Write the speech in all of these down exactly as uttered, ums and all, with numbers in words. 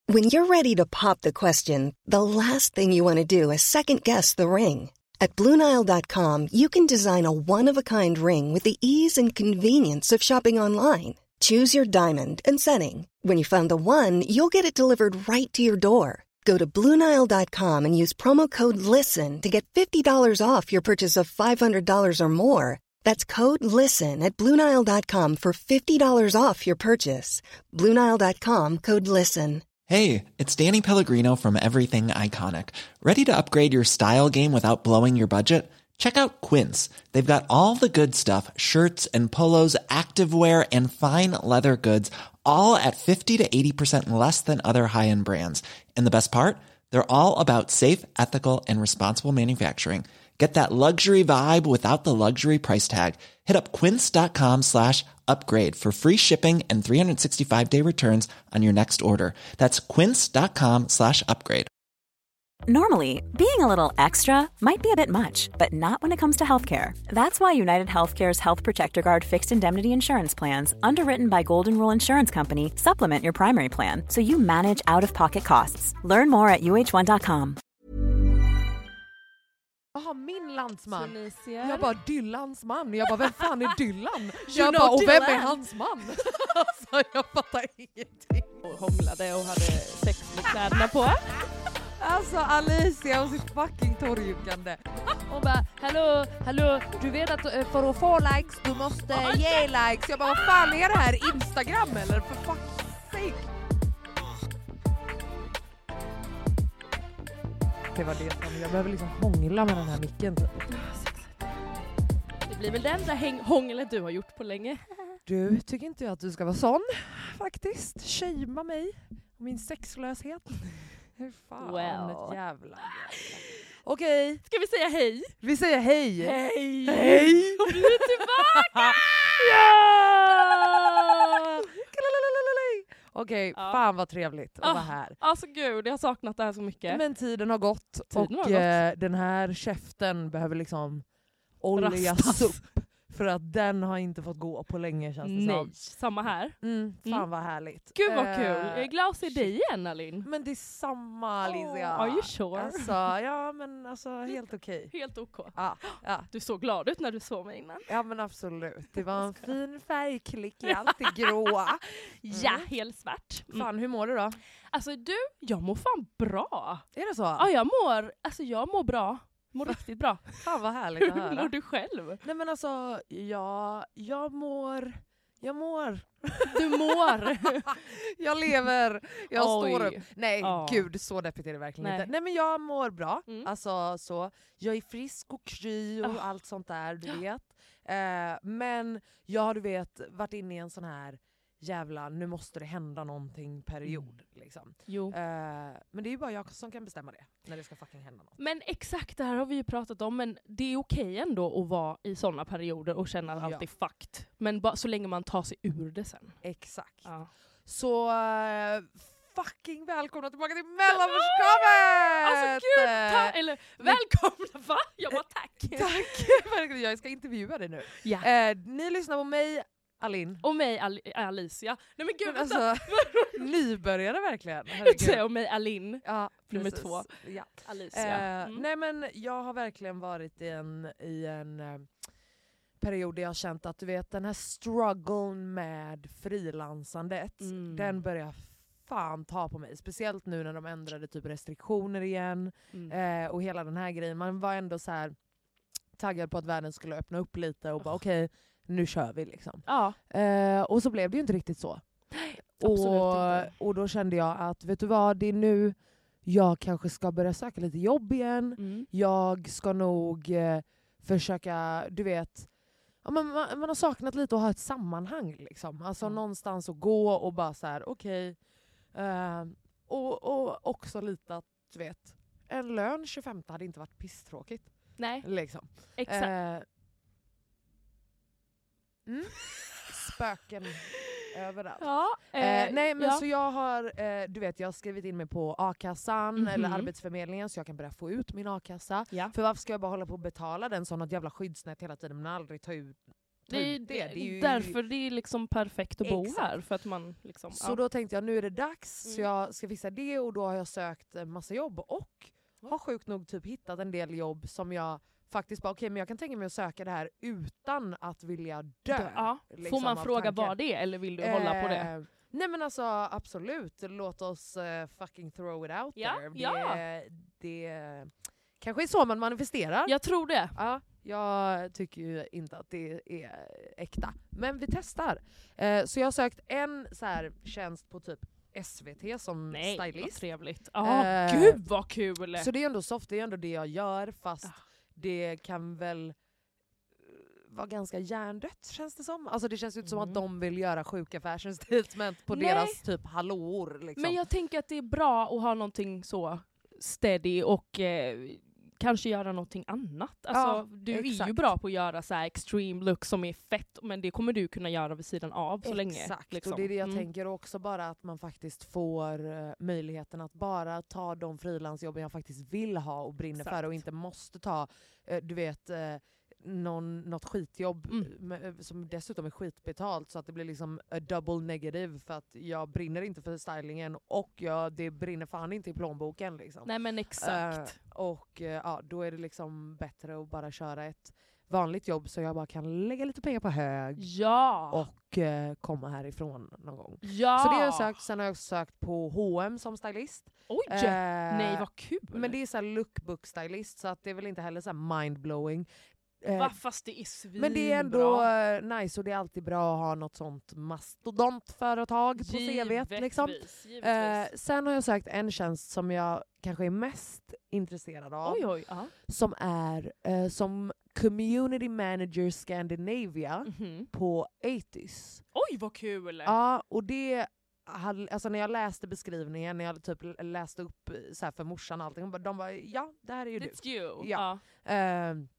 When you're ready to pop the question, the last thing you want to do is second-guess the ring. At Blue Nile dot com, you can design a one-of-a-kind ring with the ease and convenience of shopping online. Choose your diamond and setting. When you find the one, you'll get it delivered right to your door. Go to Blue Nile dot com and use promo code LISTEN to get fifty dollars off your purchase of five hundred dollars or more. That's code LISTEN at Blue Nile dot com for fifty dollars off your purchase. Blue Nile dot com, code LISTEN. Hey, it's Danny Pellegrino from Everything Iconic. Ready to upgrade your style game without blowing your budget? Check out Quince. They've got all the good stuff, shirts and polos, activewear, and fine leather goods, all at fifty to eighty percent less than other high-end brands. And the best part? They're all about safe, ethical, and responsible manufacturing. Get that luxury vibe without the luxury price tag. Hit up quince.com slash upgrade for free shipping and three sixty-five day returns on your next order. That's quince.com slash upgrade. Normally, being a little extra might be a bit much, but not when it comes to healthcare. That's why United Healthcare's Health Protector Guard fixed indemnity insurance plans, underwritten by Golden Rule Insurance Company, supplement your primary plan so you manage out-of-pocket costs. Learn more at u h one dot com. Jaha, min landsman. Tunisia. Jag bara, Dylans man. Jag bara, vem fan är Dylan? You Jag know bara, och vem Dylan? är hans man? Alltså, jag fattar ingenting. Och hånglade och hade sex med kläderna på. Alltså, Alicia och sitt fucking torrjuckande. Och bara, hallå, hallå, Du vet att eh, för att få likes, du måste ge likes. Jag bara, vad fan är det här? Instagram eller? För fuck's sake. Det var det som jag behöver liksom hångla med den här micken typ. det blir väl den där häng- hånglet du har gjort på länge. Du, tycker inte jag att du ska vara sån faktiskt. Shama mig och min sexlöshet. Hur fan, Well. ett jävla Okej, Ska vi säga hej? vi säger hej. Hej! Hej! Och vi är tillbaka! Ja! Okej, Ja. fan vad trevligt att Ah. vara här. Alltså gud, jag har saknat det här så mycket. Men tiden har gått Tiden och har gått. eh, den här käften behöver liksom oljas Rastas. upp. För att den har inte fått gå på länge, känns det Nej, som. samma här. Mm, fan Mm. vad härligt. Gud vad Eh, kul. Jag är glad att se dig igen, Alin. Men det är samma, Alicia. Oh, are you sure? Alltså, ja men alltså helt okej. Helt ok. Ja, ja. Du såg glad ut när du såg mig innan. ja men absolut. Det var en fin färgklick i allt det gråa. Ja, helt svart. Mm. Fan, hur mår du då? Alltså du, jag mår fan bra. Är det så? Ja, jag mår, alltså jag mår bra. Mår riktigt bra. Fan vad härligt att Hur höra. mår du själv? Nej men alltså, ja, jag mår... Jag mår. Du mår. Jag lever. Jag Oj. står upp. Nej, Ja. gud, så deppigt är det verkligen Nej. inte. Nej men jag mår bra. Mm. Alltså så. Jag är frisk och kry och Ah. allt sånt där, du vet. Eh, men jag har, du vet, varit inne i en sån här jävla, nu måste det hända någonting period. Liksom. Jo. Eh, men det är ju bara jag som kan bestämma det. När det ska fucking hända något. Men exakt, det här har vi ju pratat om, men det är okej ändå att vara i såna perioder och känna att Ja. allt är fucked. Men ba- så länge man tar sig ur det sen. Exakt. Ja. Så eh, fucking välkomna tillbaka till mellanförskapet! Alltså gud, ta- eller välkomna, va? Jag bara tack. Tack! Verkligen, jag ska intervjua dig nu. Ja. Eh, ni lyssnar på mig, Alin. Och mig Al- Alicia. Nej men gud, Men vänta. alltså, nybörjare verkligen. Jag säger och mig Alin. Ja, Nummer precis. två. Ja. Alicia. Eh, Mm. Nej men jag har verkligen varit i en, i en eh, period där jag har känt att du vet den här strugglen med frilansandet, Mm. den börjar fan ta på mig. Speciellt nu när de ändrade typ restriktioner igen Mm. eh, och hela den här grejen. Man var ändå så här taggad på att världen skulle öppna upp lite och bara okej, nu kör vi liksom. Ja. Eh, och så blev det ju inte riktigt så. absolut Och, inte. och då kände jag att vet du vad, det är nu jag kanske ska börja söka lite jobb igen. Mm. Jag ska nog eh, försöka, du vet, ja, man, man, man har saknat lite att ha ett sammanhang liksom. Alltså Mm. någonstans att gå och bara så här, okej. Eh, och, och också lite att, du vet, en lön tjugofemte hade inte varit pisstråkigt. Nej, Liksom. exakt. Eh, mm. Spöken överallt. ja, Eh, nej men ja. så jag har eh, du vet jag har skrivit in mig på a-kassan Mhm. eller arbetsförmedlingen så jag kan börja få ut min a-kassa. Ja. För varför ska jag bara hålla på och betala den som något jävla skyddsnät hela tiden men aldrig ta ut, ta Det är, ut det. det är ju... därför det är liksom perfekt att bo Exakt. här. För att man liksom, Så ja. då tänkte jag, nu är det dags. Mm. Så jag ska fixa det, och då har jag sökt en massa jobb. Och har sjukt nog typ hittat en del jobb som jag faktiskt bara, okej okay, men jag kan tänka mig att söka det här utan att vilja dö. Dö, ja. Liksom, Får man av fråga tanken. vad det är, eller vill du hålla på det? Eh, Nej men alltså absolut, låt oss uh, fucking throw it out Ja, there. Det, ja. det kanske är så man manifesterar. Jag tror det. Ja, jag tycker ju inte att det är äkta. Men vi testar. Eh, så jag har sökt en så här tjänst på typ S V T som Nej, vad stylist. trevligt. Ja, Eh, gud vad kul! Så det är ändå soft, det är ändå det jag gör, fast Ah. det kan väl vara ganska hjärndött känns det som. Alltså det känns ju inte som Mm. att de vill göra sjuka fashion statement på Nej. deras typ hallåor. Liksom. Men jag tänker att det är bra att ha någonting så steady och eh, kanske göra någonting annat. Alltså, Ja, du är ju exakt. bra på att göra så här extreme look som är fett, men det kommer du kunna göra vid sidan av så länge. Exakt, liksom. och det är det jag Mm. tänker också, bara att man faktiskt får uh, möjligheten att bara ta de frilansjobben jag faktiskt vill ha och brinner Exakt. för, och inte måste ta, uh, du vet, uh, någon, något skitjobb Mm. med, som dessutom är skitbetalt, så att det blir liksom a double negative, för att jag brinner inte för stylingen och jag, det brinner fan inte i plånboken. Liksom. Nej men exakt. Uh, och uh, ja, då är det liksom bättre att bara köra ett vanligt jobb så jag bara kan lägga lite pengar på hög Ja! och eh, komma härifrån någon gång. ja! Så det har jag sökt. Sen har jag också sökt på H och M som stylist. Oj! Eh, Nej vad kul! Men det är så här lookbook stylist, så att det är väl inte heller så här mindblowing. Eh, Va, fast det är svinbra. men det är ändå eh, nice, och det är alltid bra att ha något sånt mastodontföretag på C V:t. Liksom. Givetvis, Eh, givetvis. sen har jag sökt en tjänst som jag kanske är mest intresserad av. Oj oj, ja. Som är eh, som Community Manager Scandinavia Mhm. på åttio. Oj vad kul! Ja, och det hade, alltså när jag läste beskrivningen, när jag typ läste upp så här för morsan och allting, de bara ja, det här är ju du. It's you. Ja. Ehm,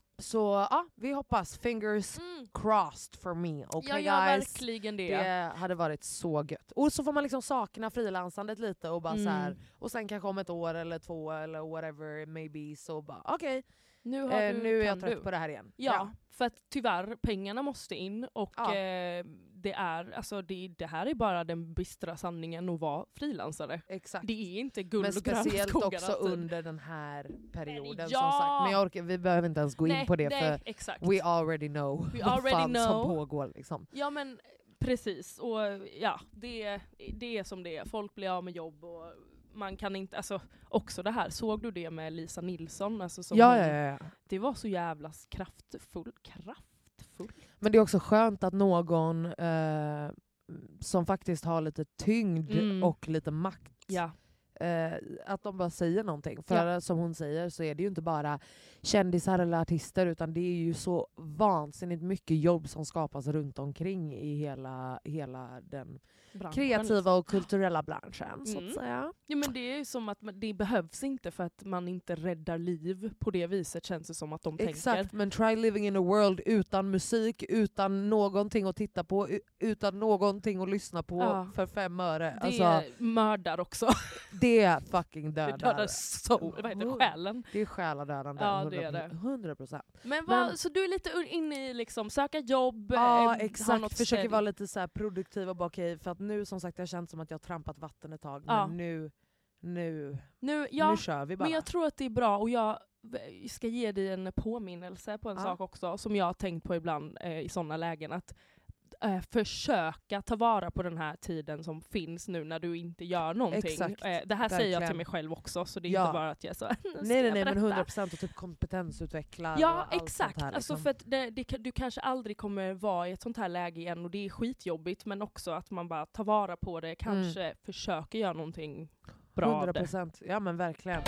så ja, vi hoppas. Fingers Mm. crossed for me. Okay, Jag gör guys? verkligen det. Det hade varit så gött. Och så får man liksom sakna frilansandet lite och bara Mm. så här, och sen kanske om ett år eller två eller whatever it may be, så bara okej, Nu, har eh, du, nu är kan jag trött du. på det här igen. Ja, för att tyvärr, pengarna måste in och Ja. eh, det, är, alltså, det, det här är bara den bistra sanningen att vara frilansare. Exakt. Det är inte guld Men och gröna speciellt skogar också alltid. under den här perioden Ja! som sagt. Men jag orkar, vi behöver inte ens gå in nej, på det, nej, för exakt. we already know We vad already fan som know. pågår. Liksom. Ja men precis, och ja, det, det är som det är. Folk blir av med jobb och man kan inte, alltså också det här, såg du det med Lisa Nilsson? Alltså, som Ja, hon, ja, ja, ja. Det var så jävla kraftfull, kraftfull. Men det är också skönt att någon eh, som faktiskt har lite tyngd Mm. och lite makt, Ja. eh, att de bara säger någonting. För Ja. som hon säger så är det ju inte bara kändisar eller artister, utan det är ju så vansinnigt mycket jobb som skapas runt omkring i hela, hela den Branschen, kreativa liksom. och kulturella branschen. Så Mm. att säga. Ja, men det är ju som att man- det behövs inte för att man inte räddar liv på det viset, känns det som att de Exakt, tänker. men try living in a world utan musik, utan någonting att titta på, u- utan någonting att lyssna på Ja. för fem öre. Det Alltså, mördar också. det fucking Det dödar. dödar soul, vad heter det, själen. Det är själadödande. Ja, det är det. hundra procent. Men, vad, Men- så du är lite un- inne i liksom söka jobb, Ja, eh, ha exakt. något Försöker ställ. vara lite så här produktiv och bara okej, för att nu som sagt, jag har känt som att jag har trampat vatten ett tag, Ja. men nu, nu, Nu, ja, nu kör vi bara. men jag tror att det är bra, och jag ska ge dig en påminnelse på en Ja. sak också, som jag har tänkt på ibland eh, i sådana lägen, att eh, försöka ta vara på den här tiden som finns nu när du inte gör någonting. Exakt, Eh, det här säger jag till verkligen. mig själv också, så det är Ja. inte bara att jag så nu ska nej, nej, jag nej, men berätta. hundra procent, och typ kompetensutveckla och Ja, allt exakt. sånt här, Alltså liksom. för att det, det, kan- du kanske aldrig kommer vara i ett sånt här läge igen, och det är skitjobbigt, men också att man bara tar vara på det, kanske försöker göra någonting bra av hundra det. procent, ja men verkligen.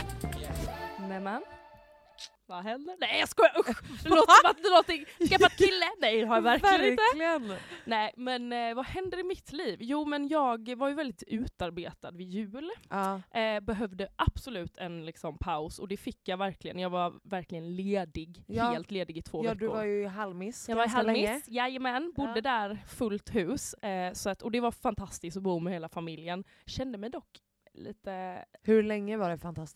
Nämen. Vad händer? Nej jag skojar, usch! Det låter som att du någonting skaffat kille. Nej det har jag verkligen inte. Verkligen. Nej men eh, vad händer i mitt liv? Jo men jag var ju väldigt utarbetad vid jul. Ja. Eh, behövde absolut en liksom, paus, och det fick jag verkligen. Jag var verkligen ledig, Ja. helt ledig i två ja, veckor. du var ju i Halmis Jag var i ganska länge. Halmis, jajamän, bodde Ja. där fullt hus. Eh, så att, och det var fantastiskt att bo med hela familjen. Kände mig dock lite... Hur länge var det fantastiskt?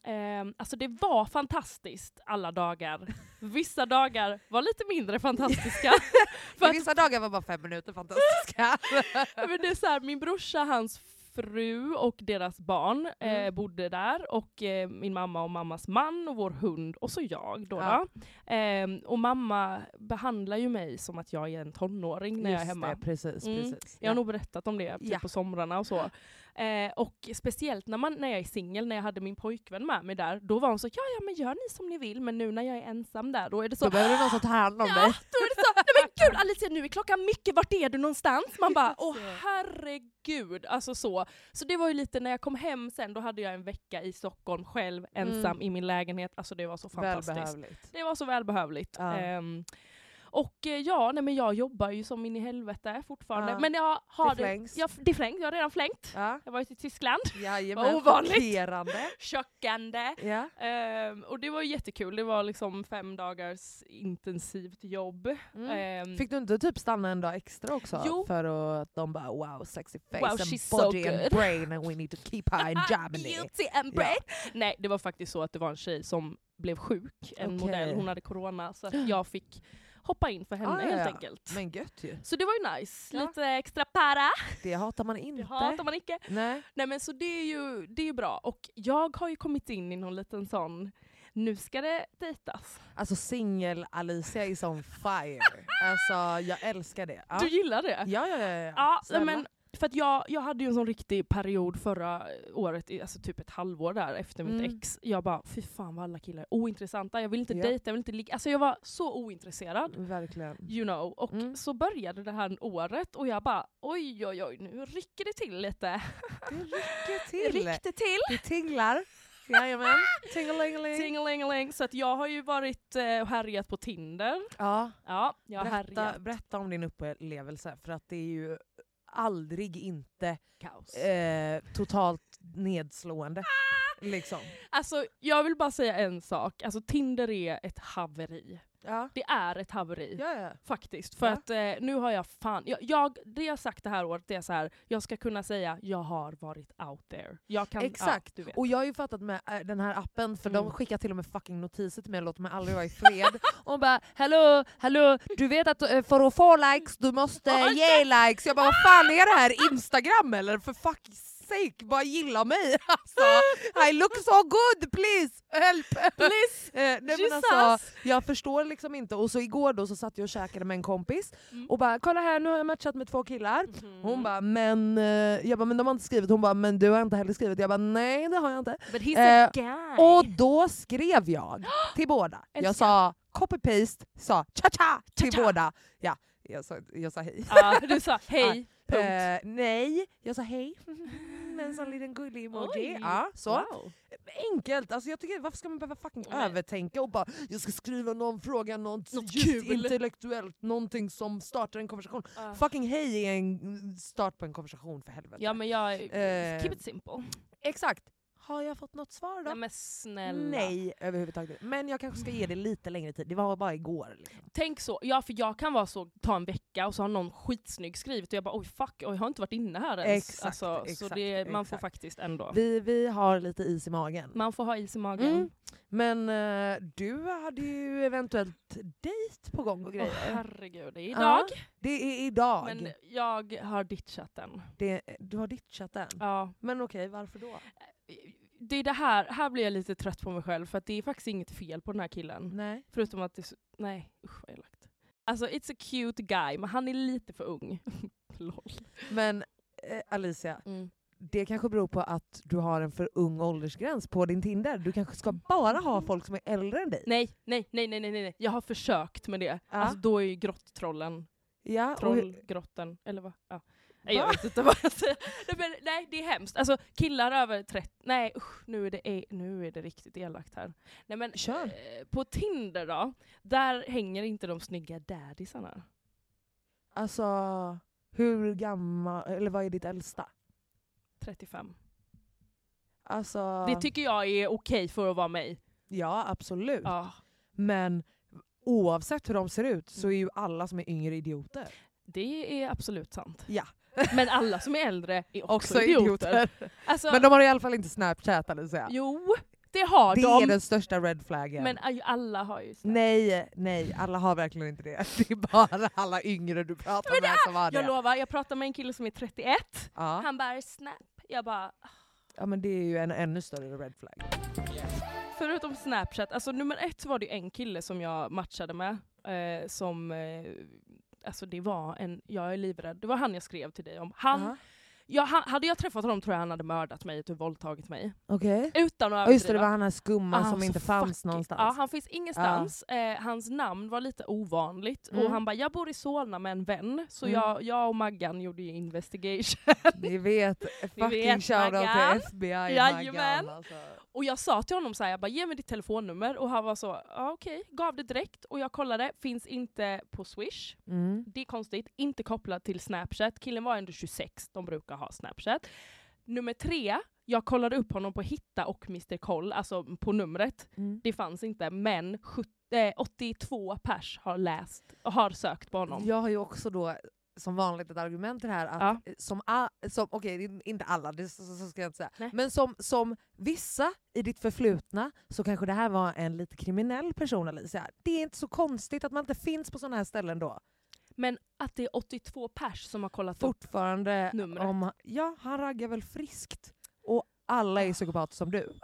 Eh, alltså det var fantastiskt alla dagar. Vissa dagar var lite mindre fantastiska. För vissa dagar var bara fem minuter fantastiska. Men det är så här, min brorsa, hans fru och deras barn mm. eh, bodde där. Och eh, min mamma och mammas man och vår hund. Och så jag då. Ja. då. Eh, och mamma behandlar ju mig som att jag är en tonåring när Just jag är hemma. Det, precis, mm. precis. Jag har ja. nog berättat om det typ ja. på somrarna och så. Eh, och speciellt när, man, när jag är singel, när jag hade min pojkvän med mig där, då var hon så, ja ja men gör ni som ni vill, men nu när jag är ensam där, då är det så. Då behöver du någon som tar hand om ja, dig. då är det så, nej men gud Alicia, nu är klockan mycket, vart är du någonstans? Man bara, åh herregud, alltså så. Så det var ju lite, när jag kom hem sen, då hade jag en vecka i Stockholm själv, ensam mm. i min lägenhet, alltså det var så fantastiskt. Välbehövligt. Det var så välbehövligt. Ja. Um, Och eh, ja, nej, men jag jobbar ju som in i helvete fortfarande. Ja. Men jag har det flängs. Det, jag, det flängs, jag har redan flängt. Ja. Jag har varit i Tyskland. Jajamän, ovanligt. chockerande. Chockande. Ja. Um, och det var jättekul. Det var liksom fem dagars intensivt jobb. Mm. Um, Fick du inte typ stanna en dag extra också? Jo. För att de bara, wow, sexy face Wow, and she's body so and good. brain and we need to keep her in Germany. Beauty and brain. Ja. Nej, det var faktiskt så att det var en tjej som blev sjuk. En Okay. modell, hon hade corona. Så att jag fick hoppa in för henne ah, helt ja. enkelt. Men gött ju. Så det var ju nice. Ja. Lite extra para. Det hatar man inte. Det hatar man inte. Nej. Nej men så det är ju det är ju bra. Och jag har ju kommit in i någon liten sån, nu ska det dejtas. Alltså singel Alicia is on fire. Alltså jag älskar det. Ja. Du gillar det? Ja, ja, ja. ja. Ja, Snälla. men för att jag, jag hade ju en sån riktig period förra året, alltså typ ett halvår där efter mitt Mm. ex. Jag bara, fy fan vad alla killar är ointressanta. Jag vill inte Ja. dejta, jag vill inte ligga. Alltså jag var så ointresserad. Verkligen. You know. Och Mm. så började det här året och jag bara, oj oj oj, nu rycker det till lite. Det rycker Det till. ryckte till. Det tinglar. Jajamän. Tingelingeling. Tingelingeling. Så att jag har ju varit eh, och härjat på Tinder. Ja. Ja, jag har Berätta, härjat. berätta om din upplevelse, för att det är ju aldrig inte Kaos. eh, totalt nedslående. Liksom. Alltså jag vill bara säga en sak. Alltså Tinder är ett haveri. Ja. Det är ett haveri. Ja, ja. Faktiskt. För Ja. att eh, nu har jag fan... Jag, jag, det jag sagt det här året det är så här. Jag ska kunna säga jag har varit out there. Jag kan, Exakt. Ja, du vet. Och jag har ju fattat med äh, den här appen, för Mm. de skickar till och med fucking notiser till mig och låter mig aldrig vara i fred. Och bara, hallå, hallå, du vet att äh, för att få likes du måste äh, ge likes. Jag bara, vad fan är det här? Instagram eller? För fuck sake, bara gilla mig. Alltså, I look so good, please, help. Please, eh, nej, men alltså, jag förstår liksom inte. Och så igår då så satt jag och käkade med en kompis Mm. och bara, kolla här, nu har jag matchat med två killar. Mhm. Hon bara, men, eh, jag bara, men de har inte skrivit. Hon bara, men du har inte heller skrivit. Jag bara, nej det har jag inte. But he's Eh, a guy. Och då skrev jag till båda. Jag Älskar. sa copy-paste, sa cha-cha till Cha-cha. båda. Ja, jag sa, jag sa hej. Ja, du sa hej. Punkt. Eh, nej, jag sa hej. Med en sån liten gullig emoji. Oj, Ja, så. wow. Enkelt. Alltså jag tycker, varför ska man behöva fucking Nej. övertänka och bara, jag ska skriva någon fråga, något, Något djupt kul. intellektuellt, någonting som startar en konversation. Uh. Fucking hej är en start på en konversation, för helvete. Ja men jag... Eh, keep it simple. Exakt. Har jag fått något svar då? Nej men snälla. Nej, överhuvudtaget. Men jag kanske ska ge det lite längre tid. Det var bara igår. Liksom. Tänk så, ja för jag kan vara så, ta en vecka och så har någon skitsnygg skrivit och jag bara oj fuck, och jag har inte varit inne här ens. Exakt, alltså, exakt, så det, man får exakt. faktiskt ändå. Vi, vi har lite is i magen. Man får ha is i magen. Mm. Men eh, du hade ju eventuellt dejt på gång och Åh grejer. herregud, det är Ja, idag. det är idag. Men jag har ditchat den. Det, du har ditchat den. Ja. Men okej, varför då? Det är det här, här blir jag lite trött på mig själv för att det är faktiskt inget fel på den här killen. Nej. Förutom att det är så, nej usch vad elakt. Alltså it's a cute guy men han är lite för ung. Lol. Men eh, Alicia, Mm. det kanske beror på att du har en för ung åldersgräns på din Tinder. Du kanske ska bara ha folk som är äldre än dig. Nej, nej, nej, nej, nej, nej. Jag har försökt med det. Ja. Alltså då är ju grotttrollen, Ja, och, trollgrotten, eller vad? Ja. Nej, jag vet inte vad jag säger. Nej, men, nej, det är hemskt. Alltså killar över trettio, nej usch, nu är det, e- nu är det riktigt elakt här. Nej men Kör. eh, på Tinder då, där hänger inte de snygga daddisarna. alltså, hur gammal, eller vad är ditt äldsta? trettiofem. Alltså, Det tycker jag är okej för att vara mig. ja, absolut. Ja. Men oavsett hur de ser ut så är ju alla som är yngre idioter. Det är absolut sant. Ja. Men alla som är äldre är också, Också idioter. idioter. Alltså, Men de har i alla fall inte Snapchat, eller så. jo, det har Det de. är den största red flaggen. Men aj, alla har ju Snapchat. Nej, nej, alla har verkligen inte det. Det är bara alla yngre du pratar Men det med som har det. Jag lovar, jag pratade med en kille som är trettioett. Ja. Han bara Snap. Jag bara... Ja, men det är ju en ännu större red flag. Förutom Snapchat, alltså nummer ett så var det en kille som jag matchade med. Eh, som... Eh, alltså det var en... Jag är livrädd. Det var han jag skrev till dig om. Han... Uh-huh. Ja, han, hade jag träffat honom tror jag han hade mördat mig och våldtagit mig. Okej. Utan att Och just det, det överdriva. var han här skumma Ah, som så inte fanns fucking- någonstans. Ja, han finns ingenstans. Eh, hans namn var lite ovanligt. Mm. Och han bara, jag bor i Solna med en vän. Så Mm. jag, jag och Maggan gjorde ju investigation. Ni vet, fucking vet, shoutout Maggan. till F B I. Jajamän. Maggan, alltså. Och jag sa till honom så här, jag bara, ge mig ditt telefonnummer. Och han var så, ja okej, gav det direkt. Och jag kollade, finns inte på Swish. Mm. Det är konstigt, inte kopplat till Snapchat. Killen var ändå tjugosex, de brukar ha Snapchat. Nummer tre, jag kollade upp honom på Hitta och mister Koll, alltså på numret. Mm. Det fanns inte, men sjuttio, eh, åttiotvå pers har läst och har sökt på honom. Jag har ju också då som vanligt ett argument till det här att Ja. som, a, som okej, okay, inte alla, det så, så ska jag inte säga. Nej. Men som, som vissa i ditt förflutna så kanske det här var en lite kriminell person, Alicia. Det är inte så konstigt att man inte finns på sådana här ställen då. Men att det är åttiotvå pers som har kollat upp. Fortfarande numret. om, ja, han raggar väl friskt. Och alla är psykopater som du.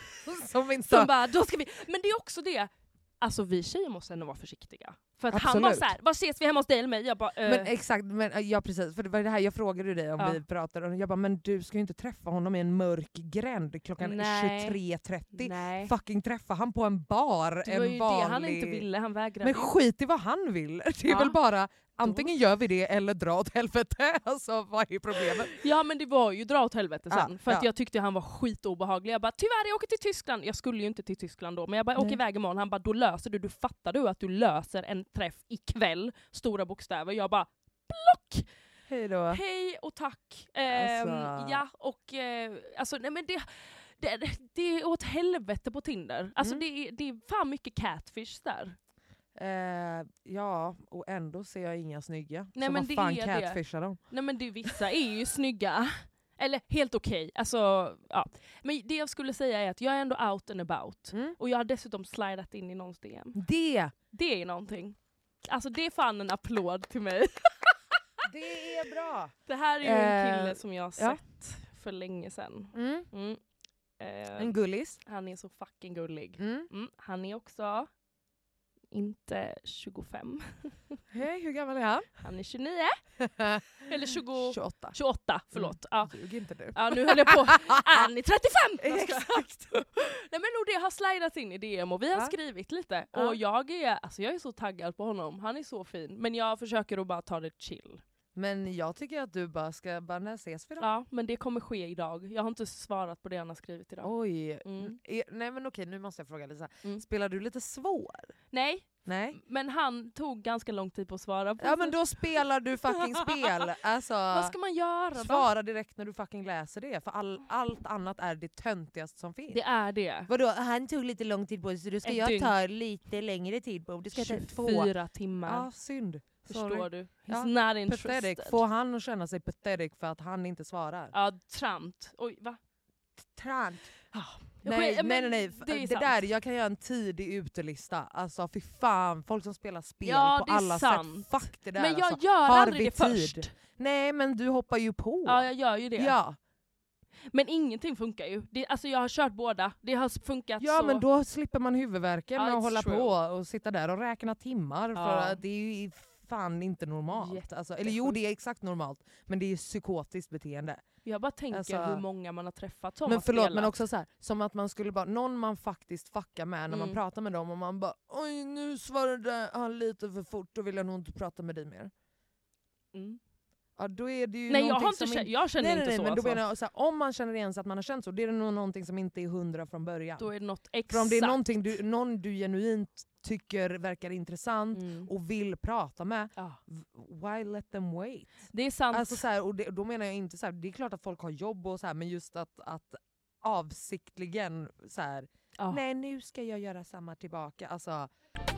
som inte Som bara, då ska vi... Men det är också det. Alltså vi tjejer måste ändå vara försiktiga. För att han Absolut. var så här, var ses vi hemma hos dig eller mig? Jag bara, eh, Men exakt, men, ja precis. För det var det här jag frågade dig om Ja. vi pratade. Och jag bara, men du ska ju inte träffa honom i en mörk gränd klockan Nej. tjugotre trettio. nej. Fucking träffa han på en bar. Det var en ju vanlig... det han inte ville, han vägrade. Men skit i vad han vill. Det är Ja. väl bara, antingen gör vi det eller dra åt helvete. Alltså vad är problemet? Ja men det var ju dra åt helvete sen. Ja, för att ja. jag tyckte han var skitobehaglig. Jag bara, tyvärr jag åker till Tyskland. Jag skulle ju inte till Tyskland då. Men jag bara, jag åker Nej. iväg imorgon. Han bara, då löser du. Du fattar du att du löser en träff ikväll. Stora bokstäver. Jag bara, block! Hej då. Hej och tack. Ehm, Alltså. Ja och eh, alltså nej men det, det, det är åt helvete på Tinder. Alltså Mm. det, är, det är fan mycket catfish där. Eh, ja, och ändå ser jag inga snygga. Nej, så men vad det fan är det. catfishar de? Nej men det, vissa är ju snygga. Eller helt okej. Alltså, ja. Men det jag skulle säga är att jag är ändå out and about. Mm. Och jag har dessutom slidat in i någons D M. Det! Det är någonting. Alltså det är fan en applåd till mig. Det är bra! Det här är ju en Eh, kille som jag har ja. sett för länge sedan. Mm. Mm. Eh, En gullis. han är så fucking gullig. Mm. Mm. Han är också inte tjugofem. Hej, hur gammal är han? Han är tjugonio. Eller tjugo, tjugoåtta. tjugoåtta, förlåt. Ja. Ljug inte nu. Ja, nu höll jag på. Han är trettiofem! Exakt. Nej men nog det har slidat in i D M och vi har Ja. skrivit lite. Ja. Och jag är, alltså jag är så taggad på honom. Han är så fin. Men jag försöker att bara ta det chill. Men jag tycker att du bara ska, bara när ses vi då? Ja, men det kommer ske idag. Jag har inte svarat på det han har skrivit idag. Oj. Mm. Är, nej men okej, nu måste jag fråga Lisa. Mm. Spelar du lite svår? Nej, Nej? men han tog ganska lång tid på att svara på. Ja men då spelar du fucking spel. Alltså, Vad ska man göra då? svara direkt när du fucking läser det. För all, allt annat är det töntigaste som finns. Det är det. Vadå, han tog lite lång tid på sig så då ska Ett jag dygn. ta lite längre tid på det. Ska jag ta två. tjugofyra timmar. Ja, synd. Förstår Sorry. du? He's Ja, not interested. Pathetic. Får han att känna sig pathetic för att han inte svarar? Ja, tramt. Oj, va? Trant. Ja. Nej, Men nej, nej, nej. det är Det, sant. där, jag kan göra en tidig utelista. Alltså fy fan, folk som spelar spel Ja, på det är alla sant. sätt. Fuck det där Men jag alltså. gör Har aldrig vi det tid? först. Nej men du hoppar ju på. Ja, jag gör ju det. ja. Men ingenting funkar ju. Det, alltså jag har kört båda. Det har funkat ja så. men då slipper man huvudvärken Ja, med att it's hålla true. på och sitta där och räkna timmar. Ja. För att det är ju fan inte normalt. Alltså, eller jo, det är exakt normalt. Men det är ju psykotiskt beteende. Jag bara tänker Alltså- hur många man har träffat som Men har förlåt, spelat. men också så här, som att man skulle bara, någon man faktiskt fuckar med när man Mm. pratar med dem och man bara oj nu svarade han lite för fort, då vill jag nog inte prata med dig mer. Mm. Ja då är det ju Nej jag någonting har inte som känt, in- jag känner nej, nej, inte nej, så. men då Alltså. menar jag, så här, om man känner igen sig att man har känt så, det är nog någonting som inte är hundra från början. Då är det något exakt. För om det är någonting du, någon du genuint tycker verkar intressant Mm. och vill prata med, Ja. v- why let them wait? Det är sant. Alltså, så här, och det, då menar jag inte så här, det är klart att folk har jobb och så här, men just att, att avsiktligen så här, Ja. nej nu ska jag göra samma tillbaka. Alltså,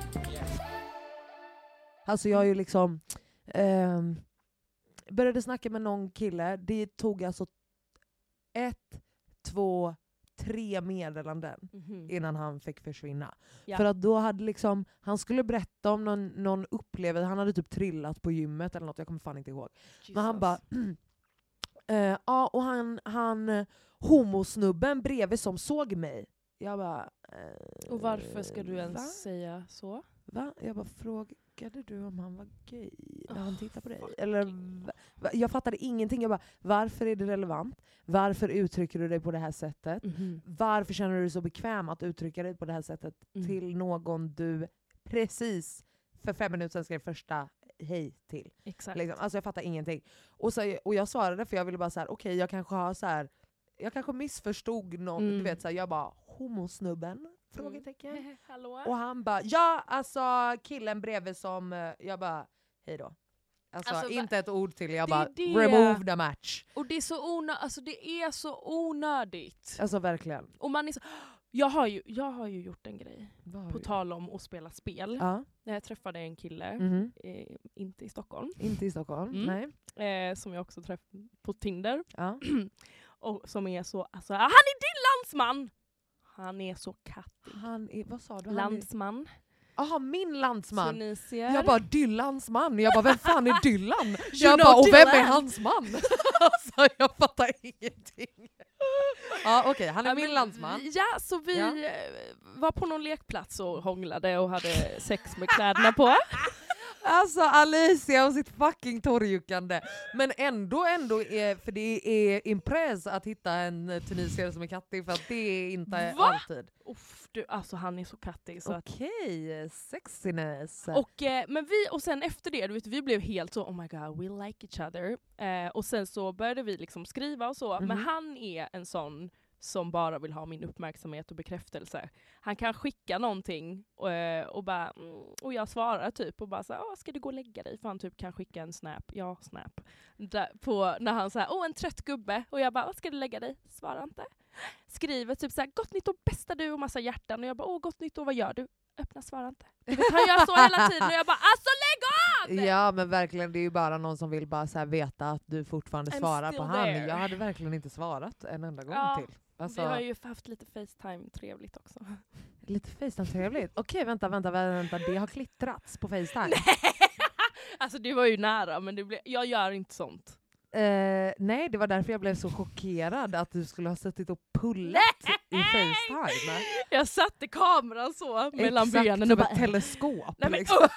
alltså jag är ju liksom ehm, började snacka med någon kille, det tog alltså ett, två, tre meddelanden Mm-hmm. innan han fick försvinna. Ja. För att då hade liksom, han skulle berätta om någon, någon upplevelse, han hade typ trillat på gymmet eller något, jag kommer fan inte ihåg. Jesus. Men han bara, eh, ja och han, han eh, homosnubben bredvid som såg mig. Jag bara, eh, Och varför ska du ens va? säga så? Va? Jag bara, frågade du om han var gay när han Oh, tittade på dig? fucking. Eller, va? Jag fattade ingenting. Jag bara, varför är det relevant? Varför uttrycker du dig på det här sättet? Mm-hmm. Varför känner du dig så bekväm att uttrycka dig på det här sättet Mm. till någon du precis för fem minuter sedan skrev första hej till? Exakt. Liksom. Alltså jag fattar ingenting. Och, så, och jag svarade för jag ville bara så här, okej okay, jag kanske har så här, jag kanske missförstod någon, Mm. du vet så här, jag bara, homosnubben? Frågetecken. Mm. Hallå? Och han bara, ja alltså killen bredvid som, eh, jag bara, hej då. Alltså, Alltså, inte ett ord till, jag det är bara, det. remove the match. Och det är så onö- alltså det är så onödigt. Alltså verkligen. Och man är så, jag har ju, jag har ju gjort en grej. Vad har På du- tal om att spela spel. Ja. När jag träffade en kille, Mhm. eh, inte i Stockholm, Inte i Stockholm, Mm. nej. eh, som jag också träffade på Tinder. Ja. Och som är så, alltså, han är din landsman! Han är så kattig. Han är, vad sa du? Han är- Landsman. Aha, min landsman. Tunisier. Jag bara, Dylans man. Jag bara, vem fan är Dylan? You Jag know bara, och vem är Dylan? hans man? Alltså jag fattar ingenting. Ja okej, han är Ja, min men- landsman. Ja, så vi Ja. eh, var på någon lekplats och hånglade och hade sex med kläderna på. Alltså Alicia och sitt fucking torrjuckande. Men ändå, ändå är, för det är impress att hitta en tunisier som är kattig, för att det är inte Va? alltid. Uff, du, alltså han är så kattig. Så att, Okej, sexiness. och, eh, men vi, och sen efter det, du vet, vi blev helt så, oh my god, we like each other. Eh, och sen så började vi liksom skriva och så. Mhm. Men han är en sån som bara vill ha min uppmärksamhet och bekräftelse. Han kan skicka någonting och, eh, och, bara, mm, och jag svarar typ och bara så här, "Åh, ska du gå och lägga dig?" För han typ kan skicka en snap, ja snap. Där, på, när han säger, åh en trött gubbe. Och jag bara, "Åh, ska du lägga dig?" Svarar inte. Skriver typ så här, "Gott nytt år, bästa du" och massa hjärtan. Och jag bara, åh gott nytt år, vad gör du? Öppna, svara inte. Du vet, han gör så hela tiden och jag bara, alltså lägg av! Ja men verkligen, det är ju bara någon som vill bara så här veta att du fortfarande I'm svarar still på han. there. Jag hade verkligen inte svarat en enda gång Ja, till. Alltså, Vi har ju haft lite FaceTime trevligt också. lite FaceTime-trevligt. Okej vänta, vänta, vänta, det har klittrats på FaceTime. Alltså det var ju nära, men det blev, jag gör inte sånt. Eh, nej, det var därför jag blev så chockerad att du skulle ha suttit och pullat i FaceTime. Jag satte kameran så mellan Exakt, benen som och bara... ett teleskop. Nej, men, liksom. oh.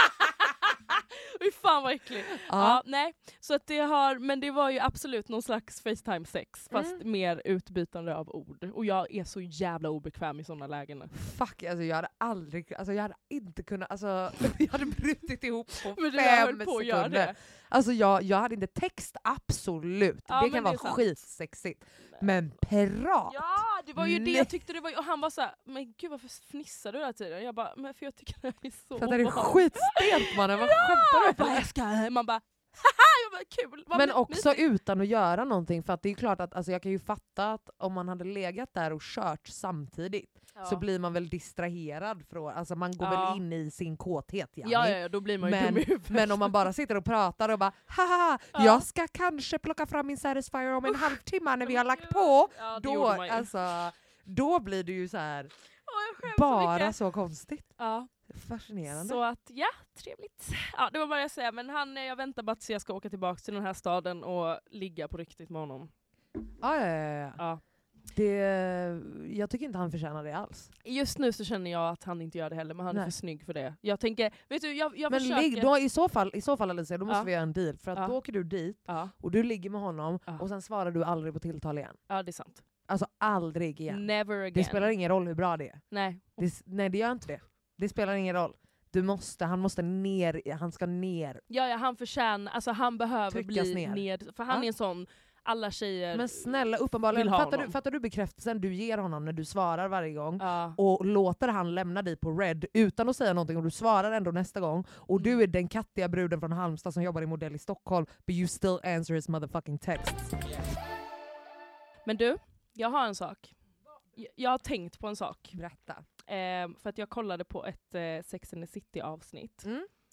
Fy fan vad äckligt. Ja. Ja. nej. Så att det har, men det var ju absolut någon slags FaceTime-sex, fast Mm. mer utbytande av ord. Och jag är så jävla obekväm i sådana lägen. Fuck, alltså jag hade aldrig, alltså jag hade inte kunnat, alltså jag hade brutit ihop på Men du fem höll på att göra sekunder. det. Alltså jag, jag hade inte text, absolut. Ja, det men kan det är vara sant. skitsexigt. Men prat! Ja, det var ju det Nej. jag tyckte det var. Och han var så här, men gud varför fnissar du hela tiden? Jag bara, men för jag tycker det här är så För att det är obehagligt. skitstelt mannen, vad skämtar Jag du? bara, jag ska, man bara, haha, jag bara, kul. Vad Men my- också mysigt. utan att göra någonting, för att det är klart att alltså jag kan ju fatta att om man hade legat där och kört samtidigt Ja. så blir man väl distraherad från, alltså man går Ja. väl in i sin kåthet. Jani. Ja, ja, ja, då blir man ju Men, dum i huvudet. men om man bara sitter och pratar och bara haha, Ja. jag ska kanske plocka fram min Satisfyer om en halvtimme när vi har lagt på. Ja, det Då, gjorde man ju. alltså, då blir det ju så här Åh, jag skäms så bara mycket. så konstigt. Ja. Fascinerande. Så att, ja, trevligt. Ja, det var bara jag säga. Men han, jag väntar bara tills jag ska åka tillbaka till den här staden och ligga på riktigt med honom. Ja, ja, ja, ja. Ja. Det, jag tycker inte han förtjänar det alls. Just nu så känner jag att han inte gör det heller, men han är Nej. för snygg för det. Jag tänker, vet du, jag, jag Men försöker... ligg, då, i så fall, i så fall Alicia, då måste Ja. vi göra en deal. För att Ja. då åker du dit Ja, och du ligger med honom Ja. och sen svarar du aldrig på tilltal igen. ja, det är sant. Alltså aldrig igen. Never again. Det spelar ingen roll hur bra det är. Nej. Det, nej det gör inte det. Det spelar ingen roll. Du måste, han måste ner, han ska ner. Ja, ja, han förtjänar, alltså han behöver Tryckas bli ner. ned. För han Ja. är en sån, alla tjejer Men snälla, uppenbarligen, vill ha fattar du, honom. fattar du bekräftelsen du ger honom när du svarar varje gång? Ja. Och låter han lämna dig på red utan att säga någonting och du svarar ändå nästa gång och Mm. du är den kattiga bruden från Halmstad som jobbar i modell i Stockholm, but you still answer his motherfucking texts. Men du, jag har en sak. Jag- Jag har tänkt på en sak. Berätta. Eh, för att jag kollade på ett eh, Sex and the City avsnitt. Mm.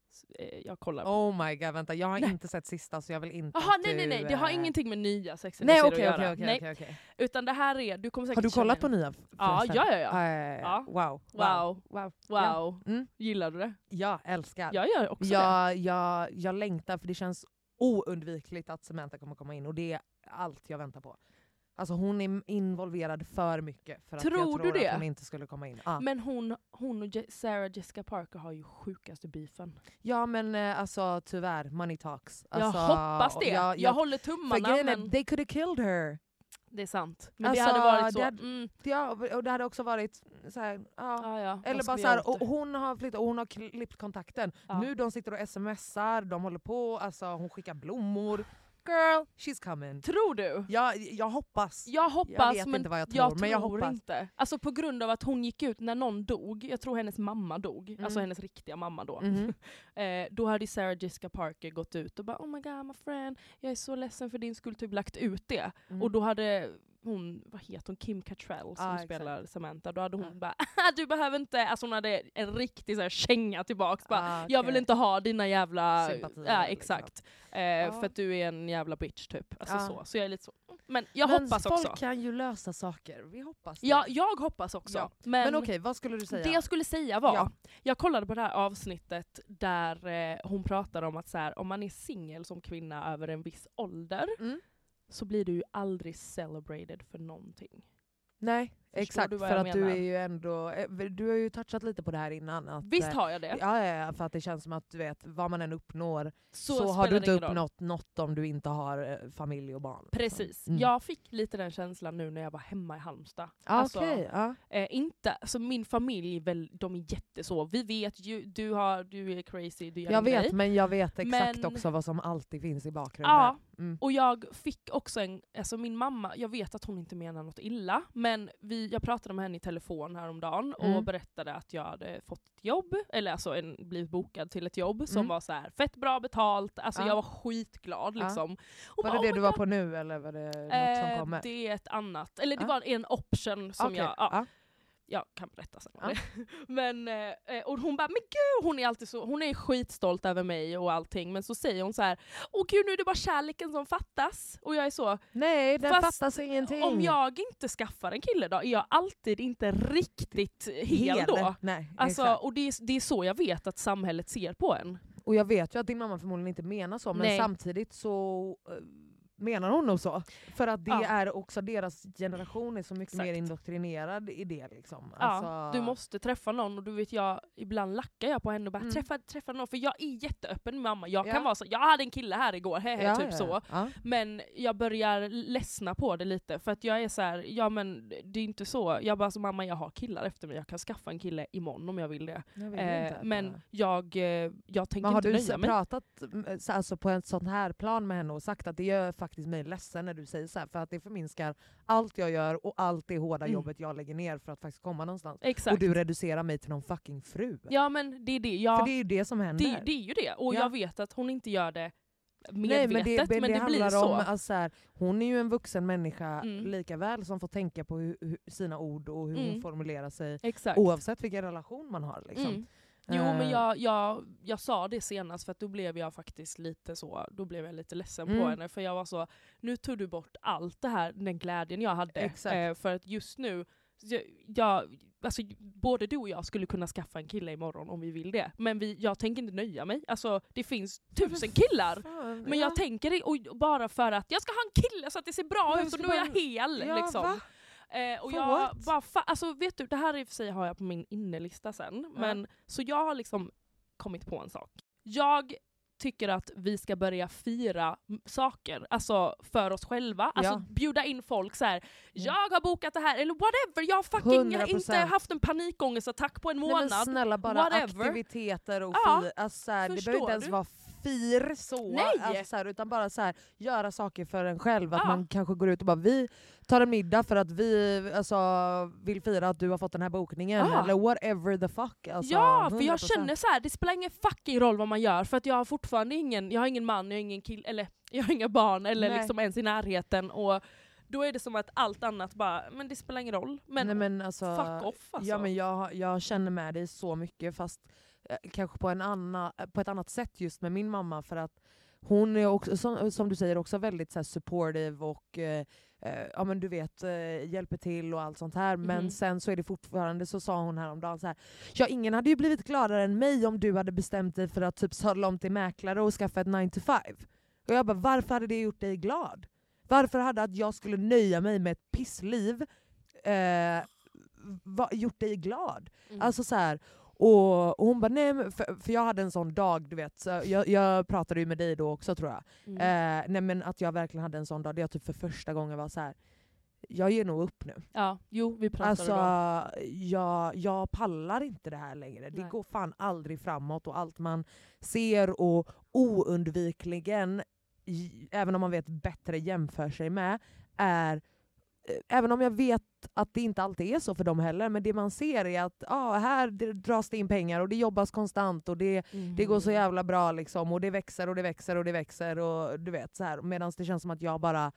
Jag kollar på. Oh my god, vänta. Jag har nej. inte sett sista så jag vill inte Jaha, att nej, du... nej, nej. Det har ingenting med nya Sex and Nej, the City okej, att okej, göra. okej, Nej. okej, okej. Utan det här är... Du kommer säkert Har du kollat på känna- nya? Ja, förresten? ja, ja, ja. Ah, ja, ja. Ja. Wow. Wow. Wow. Wow. Mm. Gillar du det? Jag älskar. Jag gör också det. jag, jag, jag längtar för det känns oundvikligt att Samantha kommer komma in och det är allt jag väntar på. Alltså hon är involverad för mycket för att Tror jag tror du det? att hon inte skulle komma in. Ja, Men hon, hon och Je- Sarah Jessica Parker har ju sjukaste beefen. ja men eh, alltså tyvärr, money talks. Jag Alltså, hoppas det. Jag, Jag, jag, håller för tummarna. grejen är, Men they could have killed her. det är sant. Men Alltså, det hade varit så. det hade- mm, Ja, och det hade också varit så här, ja. ja, ja. Eller Vad bara ska så här, vi göra åt och det? hon har flyttat och hon har klippt kontakten. Ja. Nu de sitter och smsar, de håller på, alltså hon skickar blommor. Girl, she's coming. Tror du? Jag, jag hoppas. Jag hoppas, Jag vet men inte vad jag tror, jag men jag tror hoppas. inte. Alltså på grund av att hon gick ut när någon dog, jag tror hennes mamma dog, Mm. alltså hennes riktiga mamma då. Mhm. Eh, då hade Sarah Jessica Parker gått ut och bara oh my god my friend, jag är så ledsen för din skull, typ lagt ut det. Mm. Och då hade hon, vad heter hon, Kim Cattrall som Ah, spelar Samantha, då hade hon Ah. bara du behöver inte, alltså hon hade en riktig så här känga tillbaks, bara, Ah, jag vill okej. inte ha dina jävla, Sympatier, ja liksom. exakt, eh, Ja. för att du är en jävla bitch typ. Alltså Ah. så. Så jag är lite så, men jag Men hoppas folk också. kan ju lösa saker, vi hoppas det. Ja, jag hoppas också. Ja. Men, Men okej, vad skulle du säga? det jag skulle säga var, Ja. jag kollade på det här avsnittet där eh, hon pratade om att så här, om man är singel som kvinna över en viss ålder Mm. så blir du ju aldrig celebrated för någonting. Nej, Förstår exakt. du vad För jag att du menar? är ju ändå, eh, du har ju touchat lite på det här innan. Att, Visst eh, har jag det. Ja, ja, ja, för att det känns som att du vet, vad man än uppnår så, Så, har du spelar inte det ingen roll. uppnått något om du inte har eh, familj och barn. liksom. Precis. Mm. Jag fick lite den känslan nu när jag var hemma i Halmstad. Ah, Alltså, okej, ja. eh, inte, alltså min familj, väl, de är jätteså. Vi vet ju, du, har, du är crazy, du gör Jag din vet, grej. men jag vet exakt Men- också vad som alltid finns i bakgrunden. Ja, Mm. och jag fick också en, alltså min mamma, jag vet att hon inte menar något illa, men vi, jag pratade med henne i telefon häromdagen och Mm. berättade att jag hade fått ett jobb, eller alltså en, blivit bokad till ett jobb som Mm. var så här fett bra betalt, alltså Ja. jag var skitglad Ja. liksom. Och Var bara, det det "Oh du my var God." på nu eller var det något Eh, som kommer? det är ett annat, eller det Ja. var en option som Okej, jag, ja, ja. jag kan berätta sen om Ja. det. Men, eh, och hon bara, men gud, hon är alltid så, hon är skitstolt över mig och allting, men så säger hon så här, åh gud, nu är det bara kärleken som fattas. Och jag är så, Nej, den Fast fattas ingenting. om jag inte skaffar en kille då, är jag alltid inte riktigt hel då. Nej, Alltså, exakt. och det är, det är så jag vet att samhället ser på en. Och jag vet ju att din mamma förmodligen inte menar så, men Nej. samtidigt så eh, menar hon nog så. För att det Ja. är också deras generation är så mycket Exakt. mer indoktrinerad i det. Liksom. Ja, Alltså, du måste träffa någon, och du vet jag, ibland lackar jag på henne och bara Mm. träffa, träffa någon, för jag är jätteöppen med mamma. Jag Ja. kan vara så, jag hade en kille här igår, hehe, ja, typ ja, så. Ja. Men jag börjar ledsna på det lite, för att jag är så här, ja men det är inte så. Jag bara, så mamma, jag har killar efter mig, jag kan skaffa en kille imorgon om jag vill det. Jag vill Eh, inte, men bara. jag, eh, jag tänker Men har inte du nöja s- mig. pratat mm, så- alltså, på ett sånt här plan med henne och sagt att det gör faktiskt mig ledsen när du säger så här, för att det förminskar allt jag gör och allt det hårda Mm. jobbet jag lägger ner för att faktiskt komma någonstans. Exakt. Och du reducerar mig till någon fucking fru. Ja men det är det. Jag, För det är ju det som händer. det, det är ju det. Och Ja. jag vet att hon inte gör det Nej, medvetet, men det, men det, det blir handlar så. om, alltså, så här, hon är ju en vuxen människa Mm. lika väl som får tänka på hur, hur, sina ord och hur hon Mm. formulerar sig Exakt. oavsett vilken relation man har. Liksom. Mm. Jo Eh, men jag, jag, jag sa det senast, för att då blev jag faktiskt lite så, då blev jag lite ledsen på Mm. henne, för jag var så, nu tog du bort allt det här, den glädjen jag hade. Exakt. Eh, för att just nu, jag, jag, alltså, både du och jag skulle kunna skaffa en kille imorgon om vi vill det, men vi, jag tänker inte nöja mig. Alltså det finns tusen killar. Fan, Men ja. jag tänker det, och bara för att jag ska ha en kille så att det ser bra Men ut, och ska nu är jag bara- hel. Ja, liksom. va? Eh, och For jag what? bara, fa- alltså vet du, det här i och för sig har jag på min innelista sen. Ja. Men, så jag har liksom kommit på en sak. Jag tycker att vi ska börja fira m- saker, alltså för oss själva. Alltså Ja. bjuda in folk så här. Jag har bokat det här, eller whatever. Jag, fucking, jag har hundra inte procent. haft en panikångestattack på en Nej, månad. men snälla, bara whatever. aktiviteter och Ja, fir. Alltså, så här, det förstår behöver inte ens du? vara fir så, Nej. alltså, så här, utan bara så här, göra saker för en själv. Att Ja. man kanske går ut och bara, vi tar en middag för att vi alltså, vill fira att du har fått den här bokningen. Ja. Eller whatever the fuck. Alltså, Ja, för hundra jag procent. känner så här, det spelar ingen fucking roll vad man gör, för att jag har fortfarande ingen, jag har ingen man, jag har ingen kill, eller jag har inga barn, eller Nej. liksom ens i närheten, och då är det som att allt annat bara, men det spelar ingen roll. Men, Nej, men alltså, fuck off alltså. Ja, men jag, jag känner med dig så mycket, fast eh, kanske på, en anna, på ett annat sätt just med min mamma, för att hon är också, som, som du säger, också väldigt så här, supportive och eh, eh, ja, men du vet, eh, hjälper till och allt sånt här. Men Mm. sen så är det fortfarande, så sa hon häromdagen så här: ja, ingen hade ju blivit gladare än mig om du hade bestämt dig för att typ sadla om till mäklare och skaffa ett nine to five. Och jag bara, varför hade det gjort dig glad? Varför hade att jag skulle nöja mig med ett pissliv eh, va, gjort dig glad? Mm. Alltså så här. Och, och hon bara, nej, men för, för jag hade en sån dag, du vet, så jag, jag pratade ju med dig då också, tror jag. Mm. Eh, nej, men att jag verkligen hade en sån dag, det jag typ för första gången var så här: jag ger nog upp nu. Ja, jo, vi pratade Alltså, då. jag, jag pallar inte det här längre. Det Nej. går fan aldrig framåt, och allt man ser och oundvikligen, i- även om man vet bättre, jämför sig med, är, även om jag vet att det inte alltid är så för dem heller, men det man ser är att ah, här det dras det in pengar och det jobbas konstant och det, Mm. det går så jävla bra liksom, och det växer och det växer och det växer och du vet så här, medan det känns som att jag bara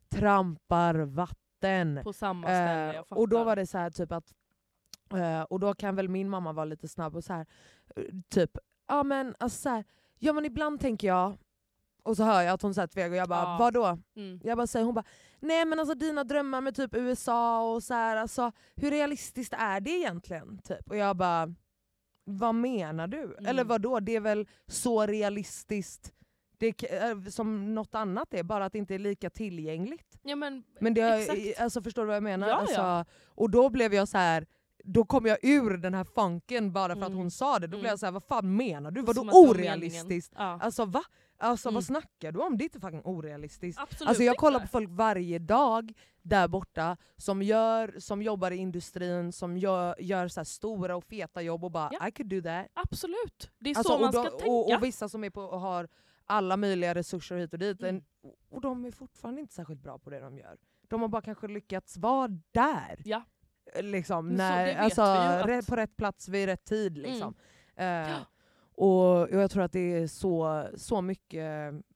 trampar vatten. På samma ställe, Eh, jag fattar. och då var det så här typ att eh, och då kan väl min mamma vara lite snabb och så här eh, typ ja men alltså så här, ja men ibland tänker jag, och så hör jag att hon säger tveg och jag bara Ja. vadå? Mm. Jag bara säger, hon bara nej men alltså dina drömmar med typ U S A och så här, alltså hur realistiskt är det egentligen typ? Och jag bara, vad menar du? Mm. Eller vadå? Det är väl så realistiskt det, k- eh, som något annat är, bara att det inte är lika tillgängligt. Ja, men, Men det, exakt. alltså, förstår du vad jag menar? Ja, alltså, ja. Och då blev jag så här, då kom jag ur den här funken bara för att Mm. hon sa det. Då Mm. blev jag så här, vad fan menar du? Vadå Som att det var orealistiskt? meningen. Ja. Alltså va? Alltså Mm. vad snackar du om? Det är inte fucking orealistiskt. Absolut Alltså jag inte. kollar på folk varje dag där borta som gör, som jobbar i industrin, som gör, gör så här stora och feta jobb och bara Ja. I could do that. Absolut. Det är Alltså, så man och, ska de, tänka. och, och vissa som är på och har alla möjliga resurser hit och dit. Mm. En, och de är fortfarande inte särskilt bra på det de gör. De har bara kanske lyckats vara där. Ja. Liksom, Men så, det när, vet alltså, vi ju att- rätt, på rätt plats vid rätt tid. Liksom. Eh, Ja. och, och jag tror att det är så, så mycket eh,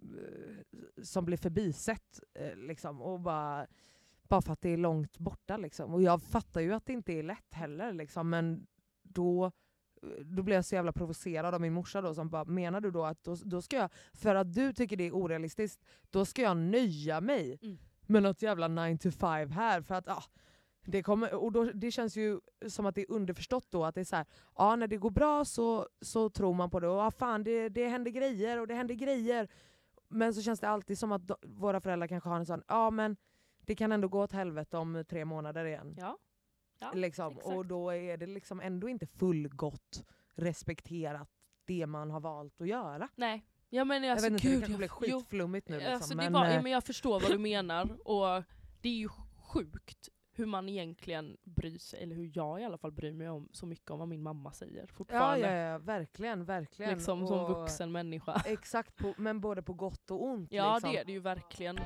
som blir förbisett. Eh, liksom, och bara, bara för att det är långt borta. Liksom. Och jag fattar ju att det inte är lätt heller. Liksom, men då, då blev jag så jävla provocerad av min morsa då, som bara, menar du då att då, då ska jag, för att du tycker det är orealistiskt, då ska jag nöja mig Mm. med något jävla nine to five här för att ah, det kommer, och då, det känns ju som att det är underförstått då att det är så här, ja när det går bra så, så tror man på det och ah, fan det, det händer grejer och det händer grejer, men så känns det alltid som att do, våra föräldrar kanske har en sån, ja men det kan ändå gå åt helvete om tre månader igen. Ja. Ja, Liksom. exakt. Och då är det liksom ändå inte fullgott respekterat det man har valt att göra. Nej. Ja, men Jag alltså, vet inte, gud, det kanske blir jo, skitflummigt nu. Liksom. alltså, det men, var, eh, ja, men jag förstår vad du menar, och det är ju sjukt hur man egentligen bryr sig, eller hur jag i alla fall bryr mig om så mycket om vad min mamma säger ja, fortfarande. ja, ja, verkligen, verkligen. Liksom som Och- vuxen människa. Exakt, på, men både på gott och ont. Ja, liksom. det är det ju verkligen.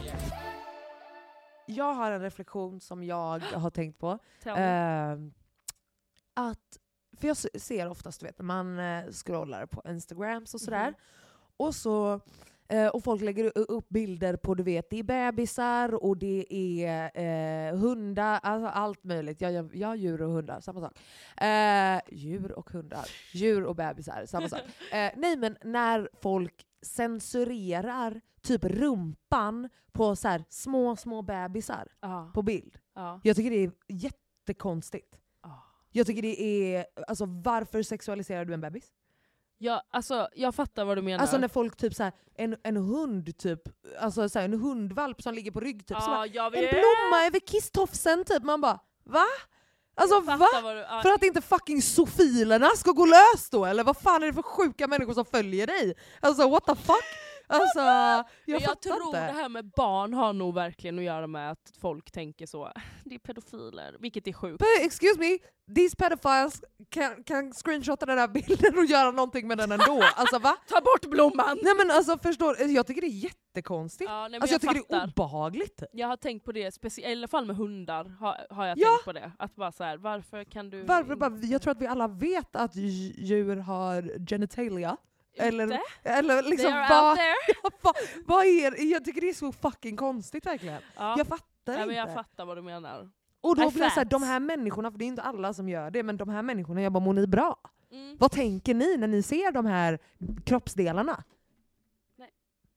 Jag har en reflektion som jag har tänkt på. Tell me. Eh, att, för jag s- ser oftast, du vet, när man eh, scrollar på Instagrams och sådär. Mhm. Och, så, eh, och folk lägger u- upp bilder på, du vet, det är bebisar och det är eh, hundar, alltså allt möjligt. Jag, jag, jag har djur och hundar, samma sak. Eh, djur och hundar, djur och bebisar, samma sak. Eh, nej men när folk censurerar typ rumpan på så här små, små bebisar Ja. på bild. Ja. Jag tycker det är jättekonstigt. Ja. Jag tycker det är, alltså varför sexualiserar du en bebis? Ja, alltså, jag fattar vad du menar. Alltså när folk typ så här, en, en hund typ, alltså så här, en hundvalp som ligger på rygg typ, så ja, bara, jag en vet. blomma över kisstofsen typ, man bara va? Alltså Jag va? fattar vad du, ja. För att inte fucking sofilerna ska gå lös då, eller vad fan är det för sjuka människor som följer dig? Alltså what the fuck? Alltså jag, jag fattar tror inte. det här med barn har nog verkligen att göra med att folk tänker så, det är pedofiler, vilket är sjukt. But excuse me, these pedophiles kan, kan screenshotta den här bilden och göra någonting med den ändå. Alltså va? Ta bort blomman! Nej men alltså förstår, jag tycker det är jättekonstigt. Ja, nej, men Alltså jag, jag, tycker det är fattar. obehagligt. Jag har tänkt på det, speci- i alla fall med hundar har, har jag Ja. tänkt på det. Att bara så här, varför kan du... Varför bara, jag tror att vi alla vet att dj- djur har genitalia. Eller, Inte? eller liksom They are vad, out there. vad, vad är, jag tycker det är så fucking konstigt verkligen. Ja. Jag fattar Ja, inte. men jag fattar vad du menar. Och då Nej, blir det så här, facts. de här människorna, för det är inte alla som gör det, men de här människorna, jag bara, mår ni bra? Mm. Vad tänker ni när ni ser de här kroppsdelarna? Nej.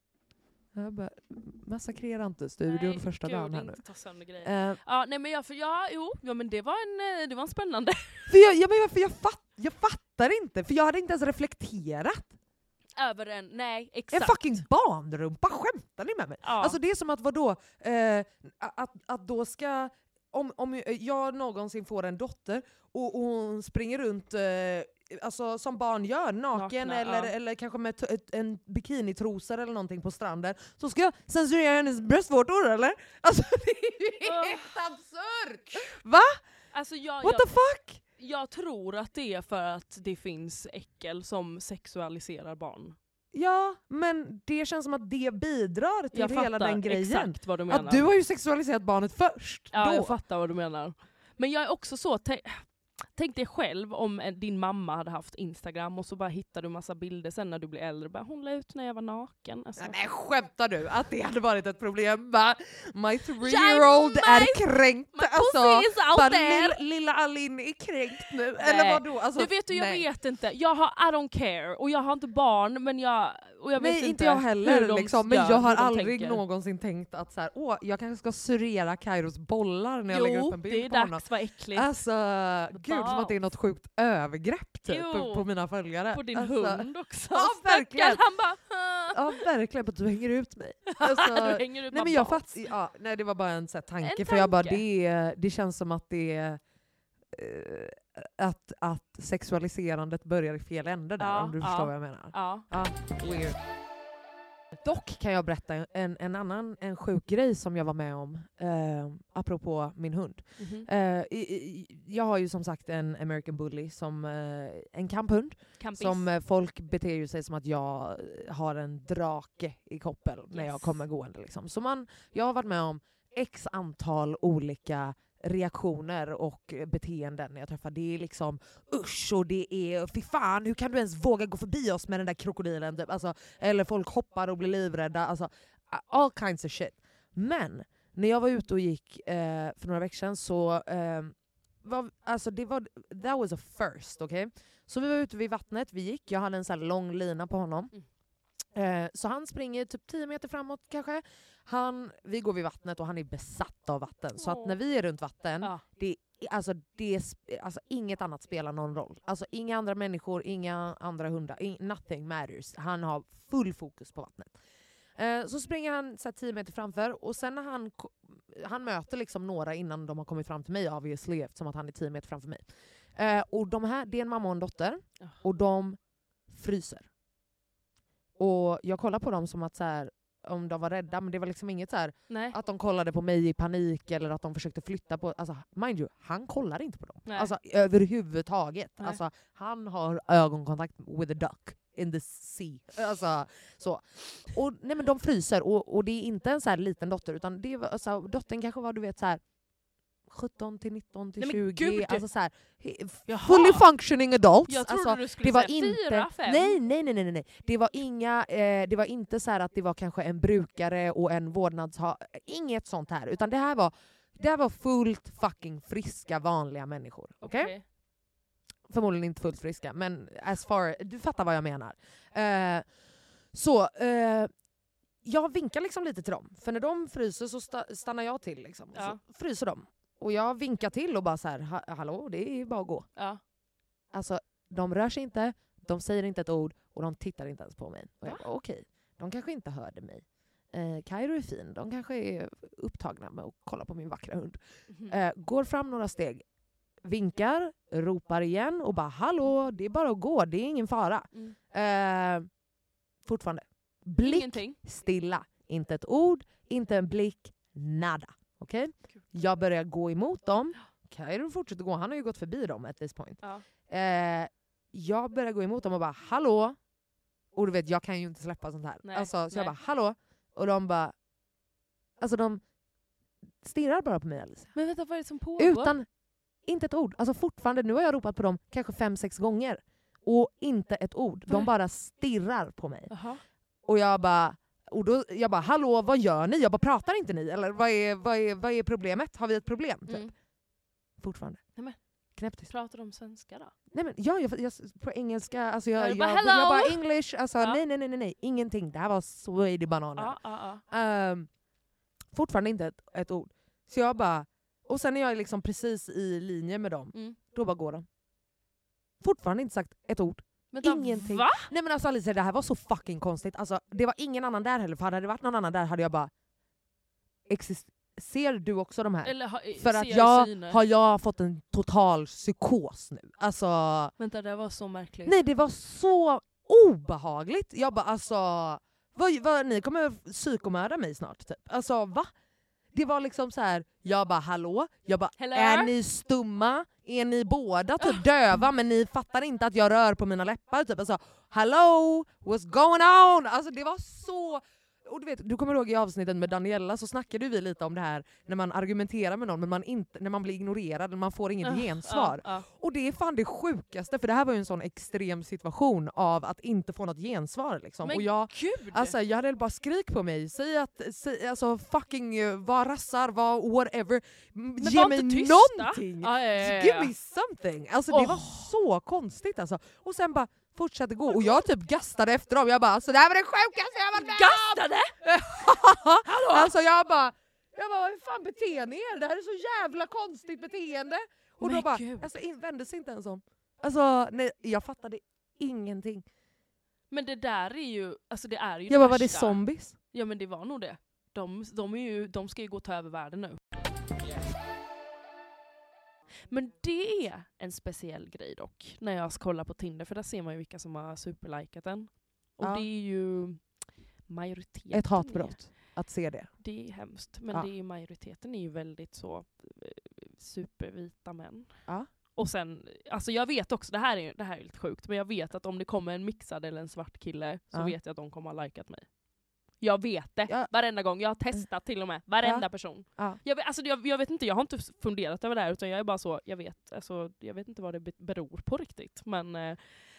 Jag bara, massakrera inte studion Nej, första gud, dagen här nu. inte ta sönder grejer. Uh, Ja, nej men jag, för jag, jo, ja men det var en, det var en spännande. för jag, jag, men för jag, fatt, jag fattar inte, för jag hade inte ens reflekterat. Över en, nej En exakt. fucking barnrumpa, skämtar ni med mig? Ja. Alltså det är som att vadå, eh, att, att då ska, om, om jag någonsin får en dotter och, och hon springer runt eh, alltså som barn gör, naken Nakna, eller, ja. eller kanske med t- ett, en bikinitrosor eller någonting på stranden, så ska jag censurera hennes bröstvårtor eller? Alltså det är ju Oh. helt absurt! Va? Alltså jag, What jag, the fuck? jag tror att det är för att det finns äckel som sexualiserar barn. Ja, men det känns som att det bidrar till Jag hela den grejen. exakt vad du menar. Att du har ju sexualiserat barnet först. Ja, då. jag fattar vad du menar. Men jag är också så, t- tänk dig själv om en- din mamma hade haft Instagram och så bara hittar du massa bilder sen när du blir äldre. Bara, hon la ut när jag var naken. Alltså. Nej, men skämtar du att det hade varit ett problem? Va? My three-year-old är kränkt. My Alltså, pussy is out bara, there. lilla, lilla Alin är kränkt nu. Nej. Eller vadå? Alltså, Du vet, jag nej. vet inte. Jag har I don't care. Och jag har inte barn, men jag, och jag vet Nej, inte inte jag hur heller. de Liksom. Men gör, jag har hur de aldrig tänker. någonsin tänkt att så här, åh, jag kanske ska surera Kairos bollar när jag lägger upp Jo, en det är bild på honom. dags, vad äckligt. Alltså, gud som att det är något sjukt övergrepp typ, Jo. på, på mina följare. På din alltså, hund också. Ja, Stackarn, verkligen. han bara... "Ah." Ja, verkligen, på att du hänger ut mig. Alltså, Du hänger ut nej, bara men jag bas. fatt, ja, nej, det var bara en så här, tanke, En för jag bara, tanke. det, det känns som att det är eh, att, att sexualiserandet börjar i fel ände där, Ja, om du ja. förstår vad jag menar. Ja. Ja, weird. Dock kan jag berätta en, en annan en sjuk grej som jag var med om, eh, apropå min hund. Mhm. Eh, i, i, jag har ju som sagt en American Bully, som eh, en kamphund. Campis. Som eh, folk beter ju sig som att jag har en drake i koppel när jag Yes. kommer gående. Liksom. Så man, jag har varit med om x antal olika reaktioner och beteenden när jag träffar. Det är liksom usch, och det är fy fan, hur kan du ens våga gå förbi oss med den där krokodilen? Typ. Alltså, eller folk hoppar och blir livrädda. Alltså, all kinds of shit. Men när jag var ute och gick eh, för några veckor sedan så eh, var, alltså det var, that was a first, okej? Okay? Så vi var ute vid vattnet, vi gick, jag hade en så här lång lina på honom. Mm. Eh, så han springer typ tio meter framåt kanske. Han, vi går vid vattnet och han är besatt av vatten. Så att Åh. när vi är runt vatten, Ja. det, alltså, det, sp- alltså inget annat spelar någon roll. Alltså inga andra människor, inga andra hundar, in, nothing matters. Han har full fokus på vattnet. Eh, så springer han så här, tio meter framför, och sen när han, ko- han möter liksom några innan de har kommit fram till mig, obviously, eftersom att han är tio meter framför mig. Eh, och de här, det är en mamma och en dotter, Ja. och de fryser. Och jag kollar på dem som att så här, om de var rädda, men det var liksom inget så här Nej. att de kollade på mig i panik eller att de försökte flytta på, alltså mind you, han kollar inte på dem. Nej. Alltså överhuvudtaget. Nej. Alltså han har ögonkontakt with a duck in the sea. Alltså så. Och nej, men de fryser, och, och det är inte en så här liten dotter, utan det var, alltså, dottern kanske var, du vet, så här sjutton till nitton till Nej, men tjugo, gud! alltså så här, Jaha. fully functioning adults. Jag trodde alltså, du skulle det var säga inte, fyra, fem. nej, nej, nej, nej, nej. Det var inga, eh, det var inte så här att det var kanske en brukare och en vårdnadshavare, inget sånt här, utan det här var, det här var fullt fucking friska vanliga människor. Okej? Okej. Förmodligen inte fullt friska, men as far, du fattar vad jag menar. Eh, så eh, jag vinkar liksom lite till dem, för när de fryser så sta- stannar jag till liksom. Ja. Så fryser de. Och jag vinkar till och bara så här, "Ha- hallå, det är bara att gå." Ja. Alltså, de rör sig inte, de säger inte ett ord, och de tittar inte ens på mig. Och jag Va? bara, okej, de kanske inte hörde mig. Eh, Kairo är fin, de kanske är upptagna med att kolla på min vackra hund. Mhm. Eh, går fram några steg, vinkar, ropar igen och bara hallå, det är bara att gå, det är ingen fara. Mm. Eh, fortfarande. Blick Ingenting. stilla. Inte ett ord, inte en blick, nada. Okej? Kul. Jag börjar gå emot dem. Kairo fortsätter gå, han har ju gått förbi dem at this point. Ja. Eh, jag börjar gå emot dem och bara hallå. Och du vet, jag kan ju inte släppa sånt här. Nej, Alltså, så jag nej. bara hallå. Och de bara, alltså de stirrar bara på mig, Alicia. Men vänta, vad är det som pågår? Utan, inte ett ord. Alltså fortfarande, nu har jag ropat på dem kanske fem, sex gånger. Och inte ett ord. De Nej. bara stirrar på mig. Jaha. Och jag bara, och då, jag bara hallå, vad gör ni? Jag bara, pratar inte ni? Eller vad är, vad är, vad är problemet? Har vi ett problem? Typ. Mm. Fortfarande. Nej, men. knäpptyst. Pratar de svenska då? Nej men ja, jag, jag, på engelska, alltså jag, Ja, jag, bara, jag, hello! jag bara English, alltså Ja. nej nej nej nej nej, ingenting. Det här var Swedish bananer. Ja, ja, ja. Um, fortfarande inte ett, ett ord. Så jag bara, och sen är jag liksom precis i linje med dem, Mm. då bara går de. Fortfarande inte sagt ett ord. Men då, Ingenting. va? Nej men alltså Alicia, det här var så fucking konstigt. Alltså, det var ingen annan där heller, för hade det varit någon annan där hade jag bara exist- ser du också de här? Eller ha, För ser att jag syner? har jag fått en total psykos nu. Alltså, Vänta, det var så märkligt. nej det var så obehagligt. Jag bara alltså, vad, vad, ni kommer psykomörda mig snart typ. Alltså va? Det var liksom så här. Jag bara hallå? Jag bara, Hello? är ni stumma? Är ni båda typ döva men ni fattar inte att jag rör på mina läppar? Typ. Alltså, hello? What's going on? Alltså det var så... Och du, vet, du kommer ihåg i avsnittet med Daniela så snackade vi lite om det här när man argumenterar med någon men man inte, när man blir ignorerad, man får inget Uh, gensvar. uh, uh. Och det är fan det sjukaste, för det här var ju en sån extrem situation av att inte få något gensvar. Liksom. Men och jag, gud! alltså, jag hade bara skrik på mig, säg att säg, alltså, fucking uh, var rassar, var whatever, M- Men ge var mig inte tysta. någonting! Ja, ja, ja, ja. Give me something! Alltså, det Oh. var så konstigt alltså. Och sen bara fortsatte gå, och jag typ gastade efter dem, jag bara alltså, det här var det sjukaste jag varit med om! Gastade? Alltså jag bara, jag bara, hur fan beter ni er? Det här är så jävla konstigt beteende. Och Men då bara, gud. alltså in, vände sig inte ens om. Alltså nej, jag fattade ingenting. Men det där är ju, alltså det är ju Jag bara, var det värsta. zombies? Ja men det var nog det. De, de, är ju, de ska ju gå och ta över världen nu. Men det är en speciell grej dock, när jag kollar på Tinder, för där ser man ju vilka som har superlikat den. Och Ja. det är ju majoriteten. Ett hatbrott att se det. Är, det är hemskt, men Ja. det är, majoriteten är ju väldigt så eh, supervita män. Ja. Och sen, alltså jag vet också, det här är, det här är lite sjukt, men jag vet att om det kommer en mixad eller en svart kille så Ja. vet jag att de kommer ha likat mig. Jag vet det, Ja. varenda gång. Jag har testat till och med, varenda Ja. person. Ja. Jag vet, alltså, jag, jag vet inte, jag har inte funderat över det här, utan jag är bara så, jag vet, alltså, jag vet inte vad det be- beror på riktigt. Men eh,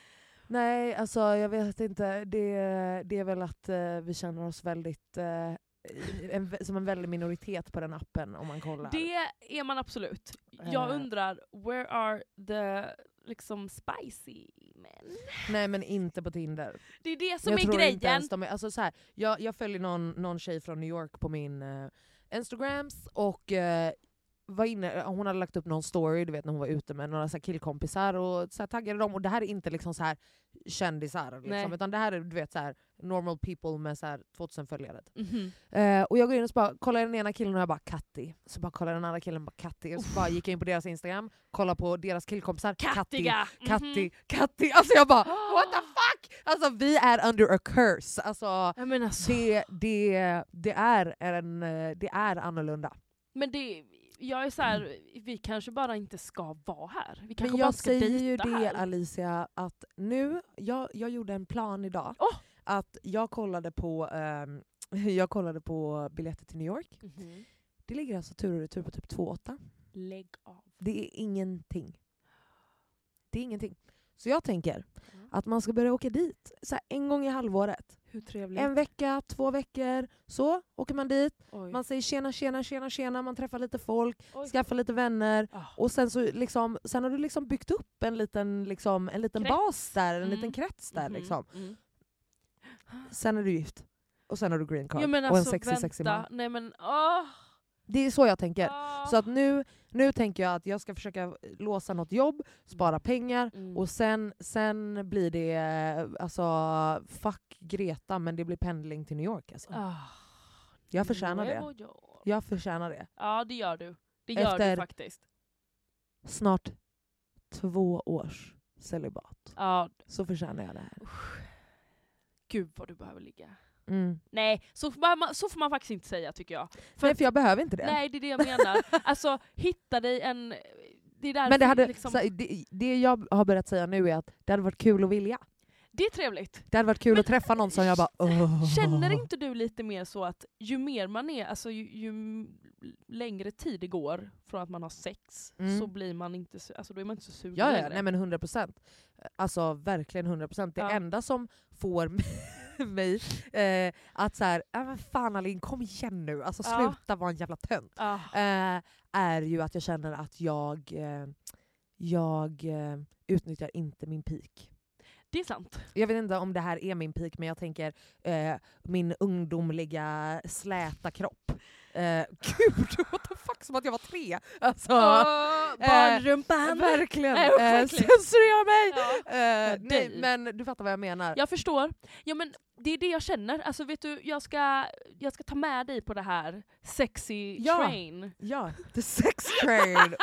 Nej, alltså jag vet inte. Det, det är väl att eh, vi känner oss väldigt eh, en, som en väldig minoritet på den appen om man kollar. det är man absolut. Jag Eh. undrar, where are the liksom spicy men? Nej men inte på Tinder. Det är det som jag är tror grejen. Inte ens de är, alltså så här, jag, jag följer någon, någon tjej från New York på min eh, Instagrams och eh, var inne, hon hade lagt upp någon story, du vet när hon var ute med några så här killkompisar och så här, taggade dem, och det här är inte liksom så här kändisar Nej. liksom, utan det här är du vet så här normal people med så här tvåtusen följare. Mhm. Eh, och jag går in och så bara kollar den ena killen och jag bara Katti. Så bara kollar den andra killen och bara Katti. Och så bara gick jag in på deras Instagram, kollar på deras killkompisar. Katti, Kattiga! Katti, Mhm. Katti. Alltså jag bara what the fuck? Alltså vi är under a curse. Alltså, Jag menar så. det, det, det, är en, eh, det är annorlunda. Men det, jag är så här, vi kanske bara inte ska vara här. Vi kanske Men bara jag ska säger dejta ju det här. Alicia, att nu, jag, jag gjorde en plan idag. Åh! Att jag kollade på ehm, jag kollade på biljetter till New York. Mhm. Det ligger alltså tur och retur på typ två åtta. Lägg av. Det är ingenting. Det är ingenting. Så jag tänker Mm. att man ska börja åka dit så här, en gång i halvåret. Hur trevligt. En vecka, två veckor, så åker man dit. Oj. Man säger tjena, tjena, tjena, tjena. Man träffar lite folk, Oj. skaffar lite vänner. Ah. Och sen, så liksom, sen har du liksom byggt upp en liten, liksom, en liten Krets. bas där, en Mm. liten krets där. Mhm. Liksom. Mm. Sen är du gift. Och sen har du green card. Ja, men och en alltså, sexy, vänta. sexy man. Nej men åh. Det är så jag tänker. åh. Så att nu, nu tänker jag att jag ska försöka låsa något jobb, spara pengar. Mm. Och sen, sen blir det, eh, alltså fuck Greta, men det blir pendling till New York. Alltså. Ah. Jag förtjänar det. Nuevo York. Jag förtjänar det. Ja det gör du. Det gör Efter- du faktiskt. Snart två års celibat. Ja, Så förtjänar jag det här. gud vad du behöver ligga. Mm. Nej, så får man, så får man faktiskt inte säga tycker jag. För Nej, att- för jag behöver inte det. Nej, det är det jag menar. Alltså, hitta dig en... Det är därför Men det, hade, liksom, så, det, det jag har börjat säga nu är att det hade varit kul att vilja. det är trevligt. Det hade varit kul Men- att träffa någon som jag bara Åh. Känner inte du lite mer så att ju mer man är, alltså ju, ju m- längre tid det går från att man har sex, Mm. så blir man inte, su- alltså då är man inte så sugen Ja, ja, längre. nej men hundra procent. Alltså verkligen hundra procent. Det Ja. enda som får mig eh, att så här, äh, men fan Alin, kom igen nu. Alltså Ja. sluta vara en jävla tönt. Ah. Eh, är ju att jag känner att jag, eh, jag eh, utnyttjar inte min peak. Det är sant. Jag vet inte om det här är min peak, men jag tänker eh, min ungdomliga släta kropp. Eh, gud, what the fuck, som att jag var tre. Alltså, oh, barnrumpan. Eh, verkligen. Äh, eh, Censurera mig! Ja. Eh, nej, men du fattar vad jag menar. Jag förstår. Ja, men det är det jag känner. Alltså vet du, jag ska, jag ska ta med dig på det här sexy ja. train. Ja, the sex train. Woop,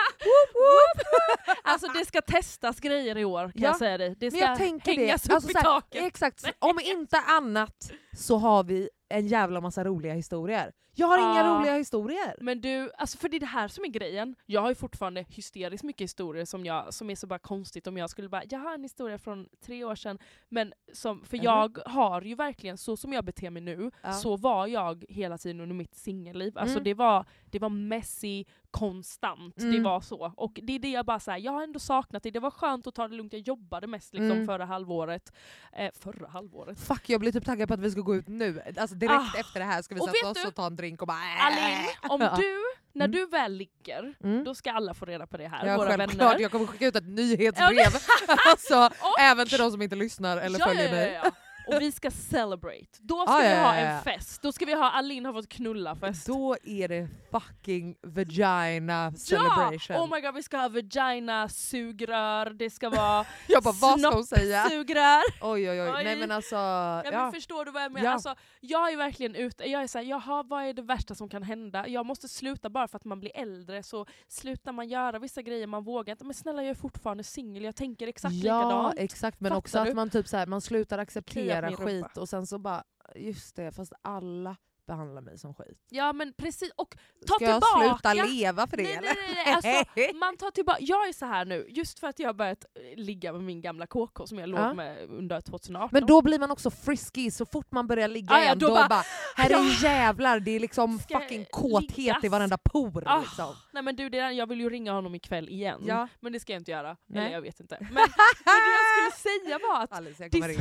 woop. Alltså det ska testas grejer i år, kan ja. jag säga dig. Det ska men jag tänker hängas det. upp Alltså, i så här, taket. exakt. Om inte annat så har vi en jävla massa roliga historier. Jag har ah. inga roliga historier. Men du, alltså för det är det här som är grejen. Jag har ju fortfarande hysteriskt mycket historier som, jag, som är så bara konstigt om jag skulle bara, jag har en historia från tre år sedan. Men som, för Eller? jag har ju verkligen, så som jag beter mig nu, Ja. så var jag hela tiden under mitt singelliv. Alltså Mm. det var, det var messy, konstant. Mm. Det var så. Och det är det jag bara säger, jag har ändå saknat det. Det var skönt att ta det lugnt. Jag jobbade mest liksom Mm. förra halvåret. Eh, förra halvåret. Fuck, jag blir typ taggad på att vi ska gå ut nu. Alltså direkt Ah. efter det här ska vi Och sätta vet oss du- och ta en drink och bara... Alin, om Ja. du, när Mm. du väl ligger, Mm. då ska alla få reda på det här. Ja, våra självklart. vänner. Jag kommer skicka ut ett nyhetsbrev. alltså, även till de som inte lyssnar eller Ja, följer ja, mig. ja, ja. Och vi ska celebrate. Då ska Ah, vi ja, ha ja, ja. en fest. Då ska vi ha, Alin har fått knulla fest. Då är det fucking vagina celebration. Ja! Oh my god, vi ska ha vagina sugrör, det ska vara jag bara, vad ska hon säga? sugrör. Oj oj oj. Oj. Nej men alltså... Ja, Ja. men förstår du vad jag menar? Ja. Alltså, jag är verkligen ute, jag är såhär, jaha, vad är det värsta som kan hända? Jag måste sluta bara för att man blir äldre, så slutar man göra vissa grejer man vågar inte. Men snälla, jag är fortfarande singel, jag tänker exakt Ja likadant. exakt, men Fattar också du? att man typ så här, man slutar Kliar acceptera min rumpa. skit och sen så bara, just det, fast alla behandlar mig som skit. Ja men precis, och ta Ska jag tillbaka. sluta leva för det Nej, eller? nej, nej, nej. Alltså, man tar tillbaka. Jag är så här nu, just för att jag har börjat eh, ligga med min gamla K K som jag låg Ja. med under tjugoarton. Men då blir man också frisky, så fort man börjar ligga Ah, ja, igen, då då bara- bara, här Ja. är jävlar, det är liksom Ska fucking kåthet liggas. i varenda por Ah, liksom. Nej men du, det där, jag vill ju ringa honom ikväll igen. Ja. Men det ska jag inte göra. Nej. Eller jag vet inte. Men, men det jag skulle säga var att, Alice, jag kommer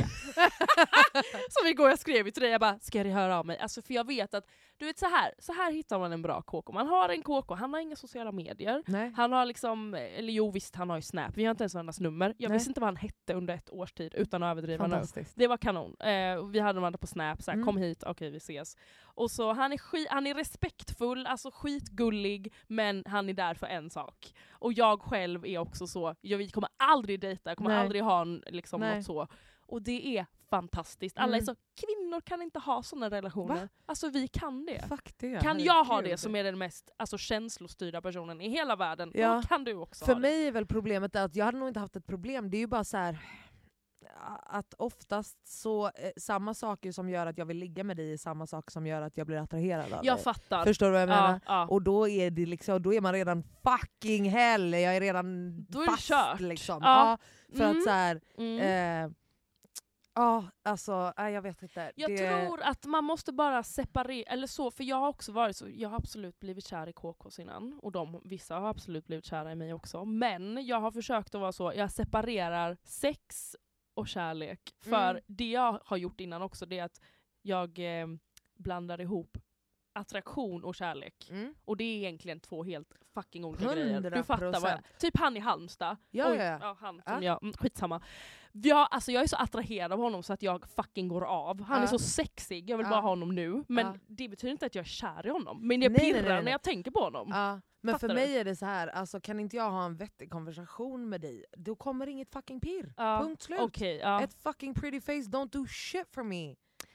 Dis- ringa. som igår jag skrev till dig, jag bara, ska jag höra av mig? Alltså för jag vet att, du vet så här, så här hittar man en bra K K. Man har en K K, han har inga sociala medier. Nej. Han har liksom, eller jo visst han har ju Snap, vi har inte ens varandras nummer. Jag Nej. visste inte vad han hette under ett års tid utan att överdriva nu. Fantastiskt. Det var kanon. Eh, vi hade varandra på Snap, såhär, Mm. kom hit, okej vi ses. Och så han är, sk- han är respektfull, alltså skitgullig, men han är där för en sak. Och jag själv är också så, jag, vi kommer aldrig dejta, jag kommer Nej. aldrig ha en, liksom, Nej. något så. Och det är fantastiskt. Alla Mm. är så, kvinnor kan inte ha såna relationer. Va? Alltså vi kan det. Fuck det. Kan jag ha herregud. det som är den mest alltså, känslostyrda personen i hela världen, Ja. då kan du också För ha det. mig är väl problemet att jag hade nog inte haft ett problem. Det är ju bara så här att oftast så eh, samma saker som gör att jag vill ligga med dig är samma saker som gör att jag blir attraherad av Jag dig. fattar. Förstår du vad jag menar? ja, ja. Och då är, det liksom, då är man redan fucking hell, jag är redan Då är det fast. kört. Liksom. Ja. Ja, för Mm. att så här, Mm. eh, ja alltså, nej, jag vet inte. Jag det, tror att man måste bara separera, eller så, för jag har också varit så, jag har absolut blivit kär i K Ks innan, och de, vissa har absolut blivit kära i mig också, men jag har försökt att vara så, jag separerar sex och kärlek, för Mm. det jag har gjort innan också, det är att jag eh, blandar ihop attraktion och kärlek. Mm. Och det är egentligen två helt fucking olika hundra grejer. Du fattar vad jag, procent. typ han i Halmstad. Ja, Oj, ja, ja. han som Ja. jag, mm, skitsamma. Jag, alltså jag är så attraherad av honom så att jag fucking går av. Han Ja. är så sexig, jag vill Ja. bara ha honom nu. Men Ja. det betyder inte att jag är kär i honom. Men jag Nej, nej, pirrar nej, nej. när jag tänker på honom. Ja. Men Fattar för du? mig är det så här, alltså, kan inte jag ha en vettig konversation med dig, då kommer inget fucking pirr. Ja, Punkt slut. Okej, ja. Ett fucking pretty face don't do shit for me.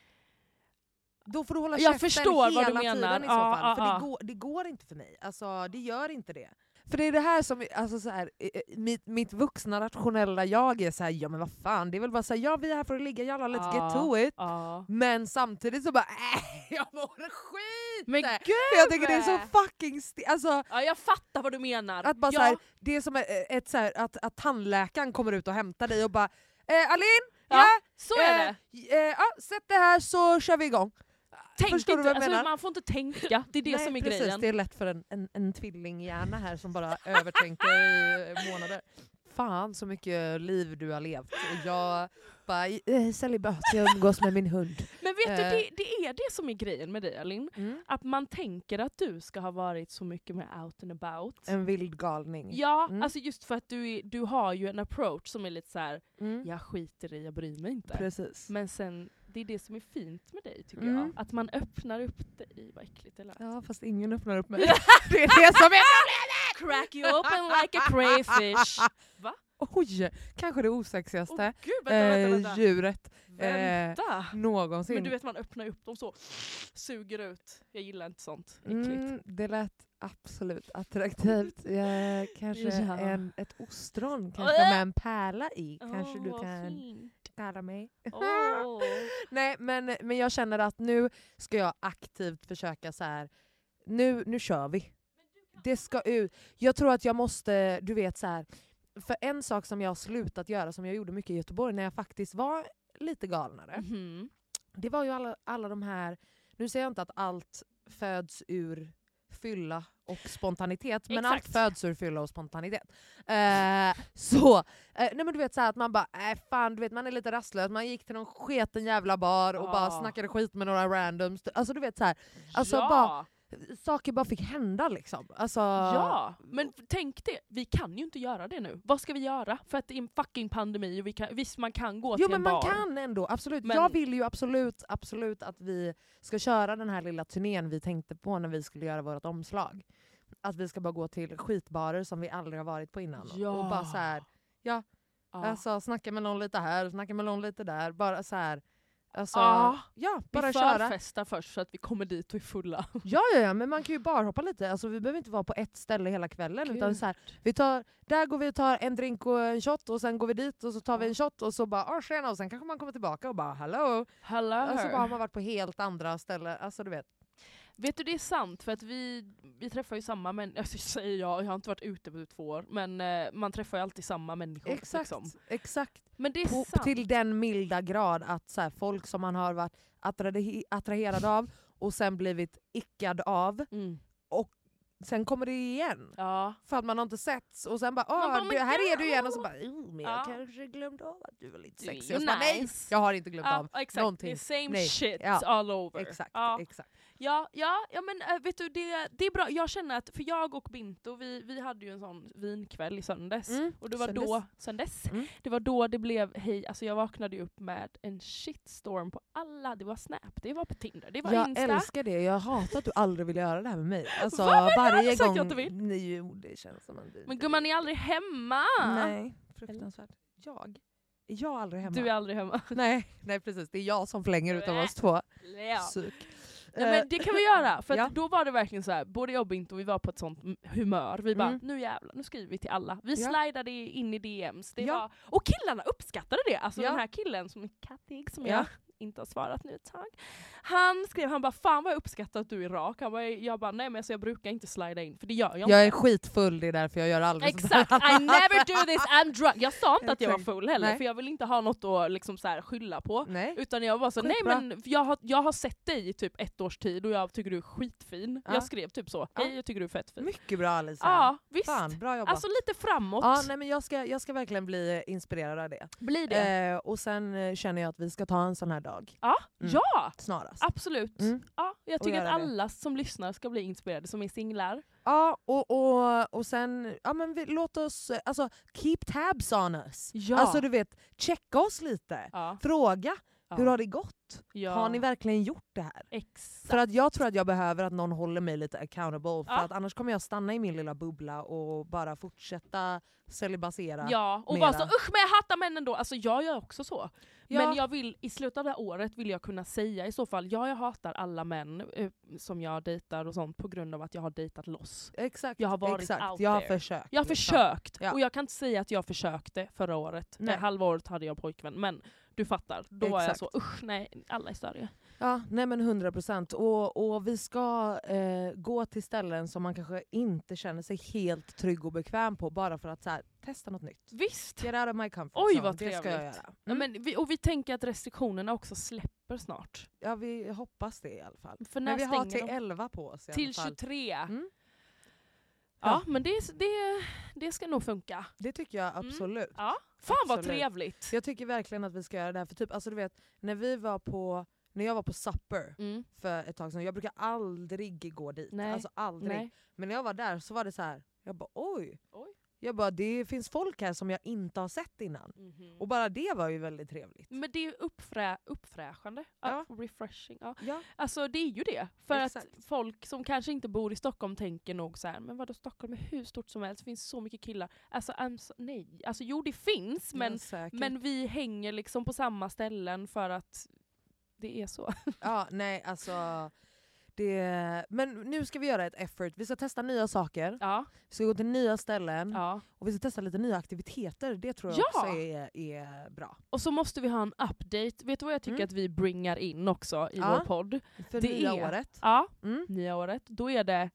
Då får du hålla Jag käften förstår hela vad du menar. tiden i så Ja, fall. ja, för ja. Det, går, det går inte för mig. Alltså, det gör inte det. För det är det här som, alltså så här, eh, eh, mitt, mitt vuxna rationella jag är så här, ja men vad fan, det är väl bara så här, ja vi är här för att ligga, jalla let's Ja, get to it. Ja. Men samtidigt så bara, äh, jag mår skit! Men För gud! jag tycker det är så fucking sti- alltså, Ja, jag fattar vad du menar. att bara ja. så här, det är som ett, ett så här, att, att tandläkaren kommer ut och hämtar dig och bara, eh, Alin, Ja, ja, så är eh, det. eh, ja, sätt det här så kör vi igång. Tänk förstår du inte, vad jag alltså, menar? man får inte tänka, det är det Nej, som är precis, grejen. det är lätt för en, en, en tvillinghjärna här som bara övertänker i månader. Fan så mycket liv du har levt. Och jag bara, eh, celibat, jag umgås med min hund. Men vet Eh. du, det, det är det som är grejen med dig, Elin. Mm. Att man tänker att du ska ha varit så mycket mer out and about. En vild galning. Ja, Mm. alltså just för att du, är, du har ju en approach som är lite så här: Mm. jag skiter i, jag bryr mig inte. Precis. Men sen, det är det som är fint med dig tycker Mm. jag. Att man öppnar upp dig. Vad äckligt det lät. Ja, fast ingen öppnar upp mig. Det är det som är Crack you open like a crayfish. Va? Oj, kanske det osexigaste Åh gud, vänta, vänta, eh, vänta. djuret Vänta. eh, någonsin. Men du vet, man öppnar upp dem så, suger ut. Jag gillar inte sånt. Äckligt. Mm, det lät absolut attraktivt. Eh, kanske Ja. en, ett ostron, kanske med en pärla i. Kanske Åh, du vad kan fint. kalla mig. Åh. Nej, men, men jag känner att nu ska jag aktivt försöka så här. Nu, nu kör vi. Det ska ut. Jag tror att jag måste, du vet så här. För en sak som jag har slutat göra, som jag gjorde mycket i Göteborg när jag faktiskt var lite galnare. Mhm. Det var ju alla, alla de här, nu säger jag inte att allt föds ur fylla och spontanitet, men Exakt. allt föds ur fylla och spontanitet. Eh, så, eh, nej men du vet så här att man bara, äh, fan du vet man är lite rastlös, man gick till någon sketen jävla bar och Ja. bara snackade skit med några randoms. Alltså du vet så här, alltså ja. bara, saker bara fick hända liksom. Alltså, Ja, men tänk det. Vi kan ju inte göra det nu. Vad ska vi göra? För att det är en fucking pandemi och vi kan, visst man kan gå Jo till men en man bar. kan ändå, absolut. Men- Jag vill ju absolut, absolut att vi ska köra den här lilla turnén vi tänkte på när vi skulle göra vårt omslag. Att vi ska bara gå till skitbarer som vi aldrig har varit på innan. Ja. Och bara så här, ja, Ja. alltså snacka med någon lite här, snacka med någon lite där. Bara så här, alltså, Ja. ja, bara vi köra. förfestar först så att vi kommer dit och är fulla. Ja, ja, ja, men man kan ju bara hoppa lite. Alltså, vi behöver inte vara på ett ställe hela kvällen. Gud. Utan så här, vi tar, där går vi och tar en drink och en shot och sen går vi dit och så tar vi en shot och så bara ah, tjena, och sen kanske man kommer tillbaka och bara hallå. Hallå. Alltså bara har man varit på helt andra ställen. Alltså du vet. Vet du, det är sant för att vi, vi träffar ju samma människor. Alltså, säger jag, jag har inte varit ute på två år. Men eh, man träffar ju alltid samma människor. Exakt, Liksom. exakt. Men det är På, sant. till den milda grad att så här, folk som man har varit attrahe- attraherad av och sen blivit ickad av. Mm. Sen kommer det igen. Ja. För att man har inte setts och sen bara, Man åh, bara, du, men här är gud, du igen och så bara, oh, men jag Ja. kanske glömde av att du var lite Du är sexig. ju Och så bara, nej, nice. jag har inte glömt Ja, av exakt. någonting. Det är same Nej. shit Ja. all over. Exakt, Ja. exakt. Ja, ja, ja men äh, vet du, det, det är bra. Jag känner att, för jag och Binto, vi, vi hade ju en sån vinkväll i söndags. Mm, Och det var söndags. då, sen dess, Mm. det var då det blev, hej, alltså jag vaknade ju upp med en shitstorm på alla. Det var Snap, det var på Tinder, det var Jag Insta. älskar det, jag hatar att du aldrig vill göra det här med mig. Alltså, Va? Men jag har varje aldrig sagt gång... att du vill. Nej, jo, det känns som att du Men gumman, ni är aldrig hemma. Nej, fruktansvärt. Jag? Är jag aldrig hemma? Du är aldrig hemma. Nej, nej, precis. Det är jag som flänger utav oss två. Ja. Suk. Nej, men det kan vi göra, för att Ja. då var det verkligen så här, både jag och Binto, vi var på ett sånt humör. Vi bara, Mm. nu jävlar, nu skriver vi till alla. Vi Ja. slidade in i D Ms. Det Ja. var, och killarna uppskattade det. Alltså Ja. den här killen som är kattig, som Ja. jag inte har svarat nu ett tag. Han skrev, han bara, fan vad jag uppskattar att du är rak. Han bara, jag bara, nej men alltså, jag brukar inte slida in, för det gör jag inte. Jag är skitfull, det är därför jag gör aldrig sånt Exakt, här. I never do this, I'm drunk. Jag sa inte att jag var Exakt. full heller, Nej. för jag vill inte ha något att liksom så här skylla på. Nej. Utan jag var så, nej Skitbra. men jag har, jag har sett dig i typ ett års tid och jag tycker du är skitfin. Ja. Jag skrev typ så, hej Ja. jag tycker du är fett fin. Mycket bra Alicia. Ja, visst. Fan, bra jobbat. Alltså lite framåt. Ja, nej, men jag, ska, jag ska verkligen bli inspirerad av det. Blir det? Eh, och sen eh, känner jag att vi ska ta en sån här dag. ja, mm. ja, Snarast. absolut. Mm. Ja, jag Och tycker att göra det. alla som lyssnar ska bli inspirerade, som är singlar. Ja, och, och, och sen, ja men vi, låt oss, eh, alltså keep tabs on us. Ja. Alltså du vet, checka oss lite. Ja. Fråga, Ja. hur har det gått? Ja. Har ni verkligen gjort det här? Exakt. För att jag tror att jag behöver att någon håller mig lite accountable. För Ja. att annars kommer jag stanna i min lilla bubbla och bara fortsätta celibasera. Ja, och mera. bara så usch men jag hatar män ändå. Alltså jag gör också så. Ja. Men jag vill, i slutet av det här året vill jag kunna säga i så fall, ja jag hatar alla män eh, som jag dejtar och sånt på grund av att jag har dejtat loss. Exakt, Jag har varit exakt. out jag har there. försökt. Jag har liksom. försökt, Ja. och jag kan inte säga att jag försökte förra året. Nej. Eh, halva året hade jag pojkvän, men du fattar. Då var jag Exakt. så, usch nej, alla är större. Ja, nej men hundra procent. Och, och vi ska eh, gå till ställen som man kanske inte känner sig helt trygg och bekväm på, bara för att så här, testa något nytt. Visst! Get out of my comfort Oj, zone. vad Det ska jag trevligt. göra. Ja, Mm. men vi, och vi tänker att restriktionerna också släpper snart. Ja, vi hoppas det i alla fall. För när Men vi har stänger till de? elva på oss i alla Till fall. tjugotre. Mm. Ja, Ja. men det, det, det ska nog funka. Det tycker jag absolut. Ja. Fan vad Absolut. trevligt! Jag tycker verkligen att vi ska göra det här. För typ, alltså du vet, när vi var på när jag var på Supper Mm. för ett tag sedan, jag brukar aldrig gå dit. Nej. Alltså aldrig. Nej. Men när jag var där så var det så här. Jag bara oj. Oj. Jag bara det finns folk här som jag inte har sett innan. Mhm. Och bara det var ju väldigt trevligt. Men det är ju uppfrä- uppfräschande. Ja. Ja. Refreshing. Ja. Ja. Alltså det är ju det. För Exakt. att folk som kanske inte bor i Stockholm tänker nog så här, men vadå, Stockholm är hur stort som helst, det finns så mycket killar. Alltså I'm so, nej. Alltså jo det finns, men, Ja, säkert. men vi hänger liksom på samma ställen för att det är så. Ja, nej alltså det, men nu ska vi göra ett effort. Vi ska testa nya saker. Ja. Vi ska gå till nya ställen. Ja. Och vi ska testa lite nya aktiviteter. Det tror jag Ja! också är, är bra. Och så måste vi ha en update. Vet du vad jag tycker Mm. att vi bringar in också i Ja. vår podd? För Det nya är- året. Ja, Mm. nya året. Då är det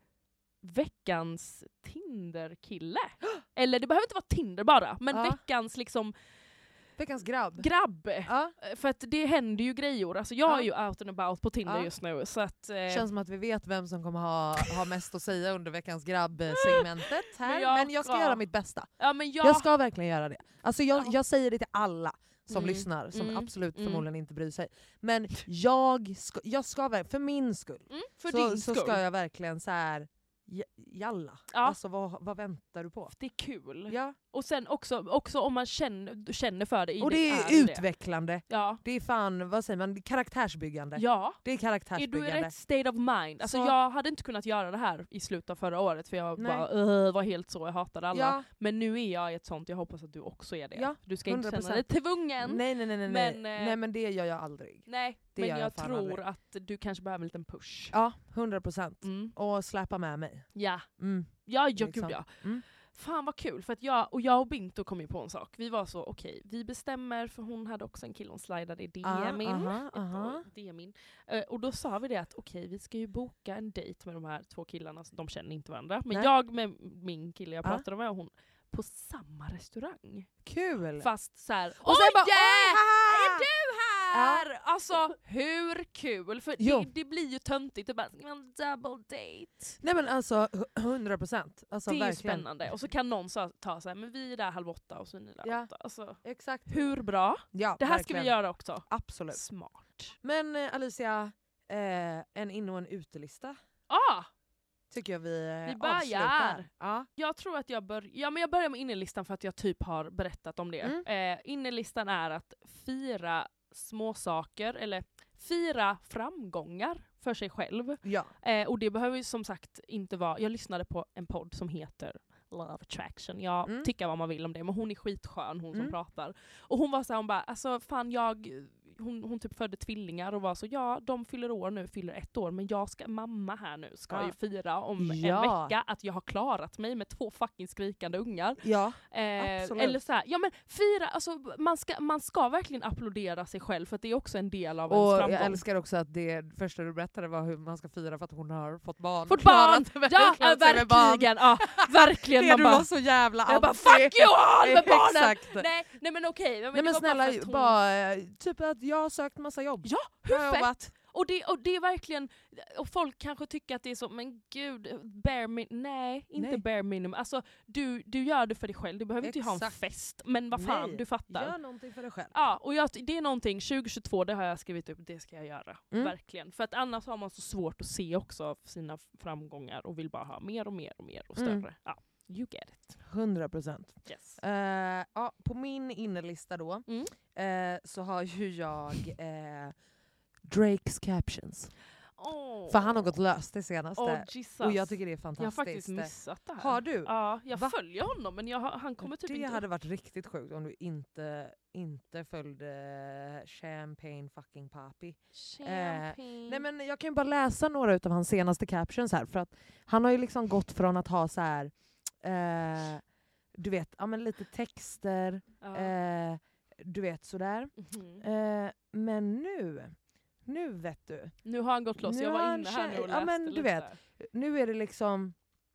veckans Tinder-kille. Eller det behöver inte vara Tinder bara, men Ja. veckans liksom Veckans grabb. grabb. Ja. För att det händer ju grejer. Alltså jag Ja. är ju out and about på Tinder Ja. just nu. Så att, eh, Känns som att vi vet vem som kommer ha, ha mest att säga under veckans grabb-segmentet här. Men Men jag jag, ska ska- göra mitt bästa. ja, men jag, Jag ska verkligen göra det. Alltså jag, Ja. jag säger det till alla som Mm. lyssnar, som Mm. absolut Mm. förmodligen inte bryr sig. Men jag ska, jag ska ver- för min skull, mm, för så, din så skull. ska jag verkligen så här. j- Jalla. Ja. Alltså vad, vad väntar du på? Det är kul. Ja. Och sen också, också om man känner, känner för det. I Och det är det. utvecklande. Ja. Det är fan, vad säger man, det är karaktärsbyggande. Ja. Det är Är du i karaktärsbyggande. rätt state of mind? Alltså Så- jag hade inte kunnat göra det här i slutet av förra året för jag Nej. bara uh, var helt så, jag hatade alla. Ja. Men nu är jag i ett sånt, jag hoppas att du också är det. Ja, Du ska inte hundra känna dig procent. tvungen. Nej, nej, nej, nej, Men, nej. eh, nej men det gör jag aldrig. Nej, Det men gör jag, jag fan tror aldrig. att du kanske behöver en liten push. Ja, hundra procent. Mm. Och släppa med mig. Ja, Mm. ja, ja Liksom. gud ja. Mm. Fan vad kul, för att jag och jag och Binto kom ju på en sak. Vi var så, okej, vi bestämmer, för hon hade också en kille hon slidade i D M in. aha, Ett aha. år, D M in. Eh, och då sa vi det att okej, vi ska ju boka en dejt med de här två killarna, så de känner inte varandra. Men Nej. jag med min kille jag Ja. pratade med och hon på samma restaurang. Kul! Fast så här, Och sen bara, oj, oj, haha! är du här? Alltså hur kul? För Jo. det, det blir ju töntigt, det bara, ska man double date? Nej men alltså, hundra procent. Alltså, Det är ju verkligen. spännande. Och så kan någon så, ta så här, men vi är där halv åtta och så är ni där Ja. åtta. Alltså, Exakt. hur bra? Ja, Det här verkligen. ska vi göra också. Absolut. Smart. Men eh, Alicia, eh, en in- och en utelista Ah! tycker jag vi, eh, Vi börjar. avslutar. Ja. Jag tror att jag bör, ja, men jag börjar med innerlistan för att jag typ har berättat om det. Mm. Eh, innerlistan är att fira små saker eller fira framgångar för sig själv. Ja. Eh, och det behöver ju som sagt inte vara, jag lyssnade på en podd som heter Love Attraction. Jag Mm. tycker vad man vill om det, men hon är skitskön, hon som Mm. pratar. Och hon var så här, hon bara, alltså fan jag, hon, hon typ födde tvillingar och var så, ja de fyller år nu, fyller ett år, men jag ska, mamma här nu ska Ja. ju fira om en Ja. vecka att jag har klarat mig med två fucking skrikande ungar. Ja. Eh, Absolut. eller så här, ja men fira, alltså man ska, man ska verkligen applådera sig själv för att det är också en del av Och ens jag framgång. älskar också att det första du berättade var hur man ska fira för att hon har fått barn. Fått Klarat barn! verkligen Ja, sig med barn. verkligen! Ja, verkligen. Det Man du bara, var så jävla jag bara anti. fuck you all med barnen! Exakt. Nej, nej men okej. Men Nej det men var snälla, bara för att hon- bara, eh, typ att jag har sökt massa jobb. Ja, Jag har hur fett? jobbat. Och det, och det är verkligen, och folk kanske tycker att det är så, men gud, bare min, nej, inte Nej. bare minimum. Alltså, du, du gör det för dig själv, du behöver inte ha en Exakt. fest, men vad fan, Nej, du fattar. Gör någonting för dig själv. Ja, och jag, det är någonting, tjugo tjugotvå, det har jag skrivit upp, det ska jag göra. Mm. Verkligen. För att annars har man så svårt att se också sina framgångar och vill bara ha mer och mer och mer och större. Mm. Ja, you get it. hundra procent. Yes. Uh, ja, på min innerlista då Mm. eh, så har ju jag eh, Drakes captions. Oh. För han har gått löst det senaste. Oh, Jesus. och jag tycker det är jag har fantastiskt. faktiskt missat det här. Har du? Ja, jag Va? följer honom men jag, har- han kommer typ det inte hade upp. varit riktigt sjukt om du inte, inte följde Champagne fucking Papi. Champagne. Nej men jag kan ju bara läsa några av hans senaste captions här. För att han har ju liksom gått från att ha så här, eh, du vet, ja, men lite texter, ja. eh, du vet sådär. Mhm. Eh, men nu, nu vet du. Nu har han gått loss, nu jag har var han inne här nu och kä- läste ja, men du lite vet. där. Nu är det liksom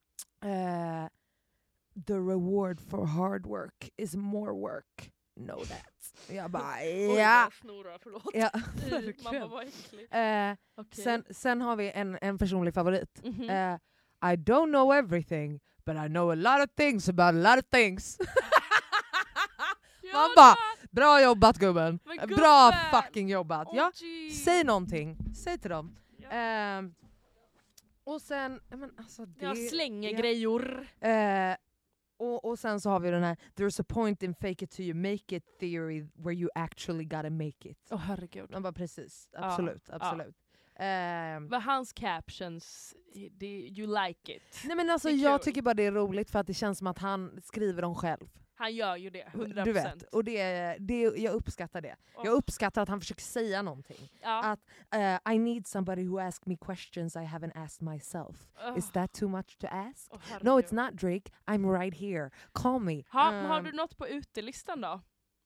eh, the reward for hard work is more work. Know that. Jag bara, Oj, ja. jag snorar, förlåt. ja Fy, Mamma verkligen. var äcklig. eh, Okej. sen, sen har vi en, en personlig favorit. Mhm. Eh, I don't know everything, but I know a lot of things about a lot of things. Ja, man bara, Bra jobbat gubben. Men gubben! Bra fucking jobbat. Åh, Ja, geez. säg någonting. Säg till dem. Ja. Ehm, och sen, ja, men alltså det... Jag slänger ja. grejor. Eh, och, och sen så har vi den här there's a point in fake it till you make it theory where you actually gotta make it. Åh oh, herregud. Man bara precis, absolut, Ja, absolut. Ehm, Vad hans captions, det, you like it. nej men alltså Det är jag kul. tycker bara det är roligt för att det känns som att han skriver dem själv. Han gör ju det, hundra Du procent. vet, och det, det, jag uppskattar det. Åh. Jag uppskattar att han försöker säga någonting. Ja. Att uh, I need somebody who asks me questions I haven't asked myself. Åh. Is that too much to ask? Åh, No, herregud. it's not Drake. I'm right here. Call me. Ha, men har Um, du något på utelistan då?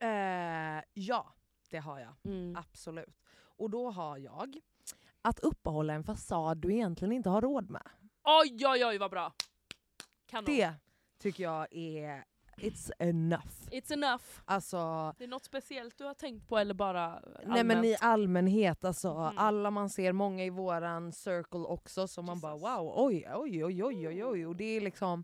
eh, ja, det har jag. Mm. Absolut. Och då har jag att uppehålla en fasad du egentligen inte har råd med. Oj, oj, oj, vad bra. Kanon. Det tycker jag är it's enough. It's enough. Alltså, Det är något speciellt du har tänkt på eller bara allmänt? nej men i allmänhet, alltså, Mm. alla man ser, många i våran circle också, som man Jesus. bara wow, oj, oj, oj, oj, oj, oj. Och det är liksom,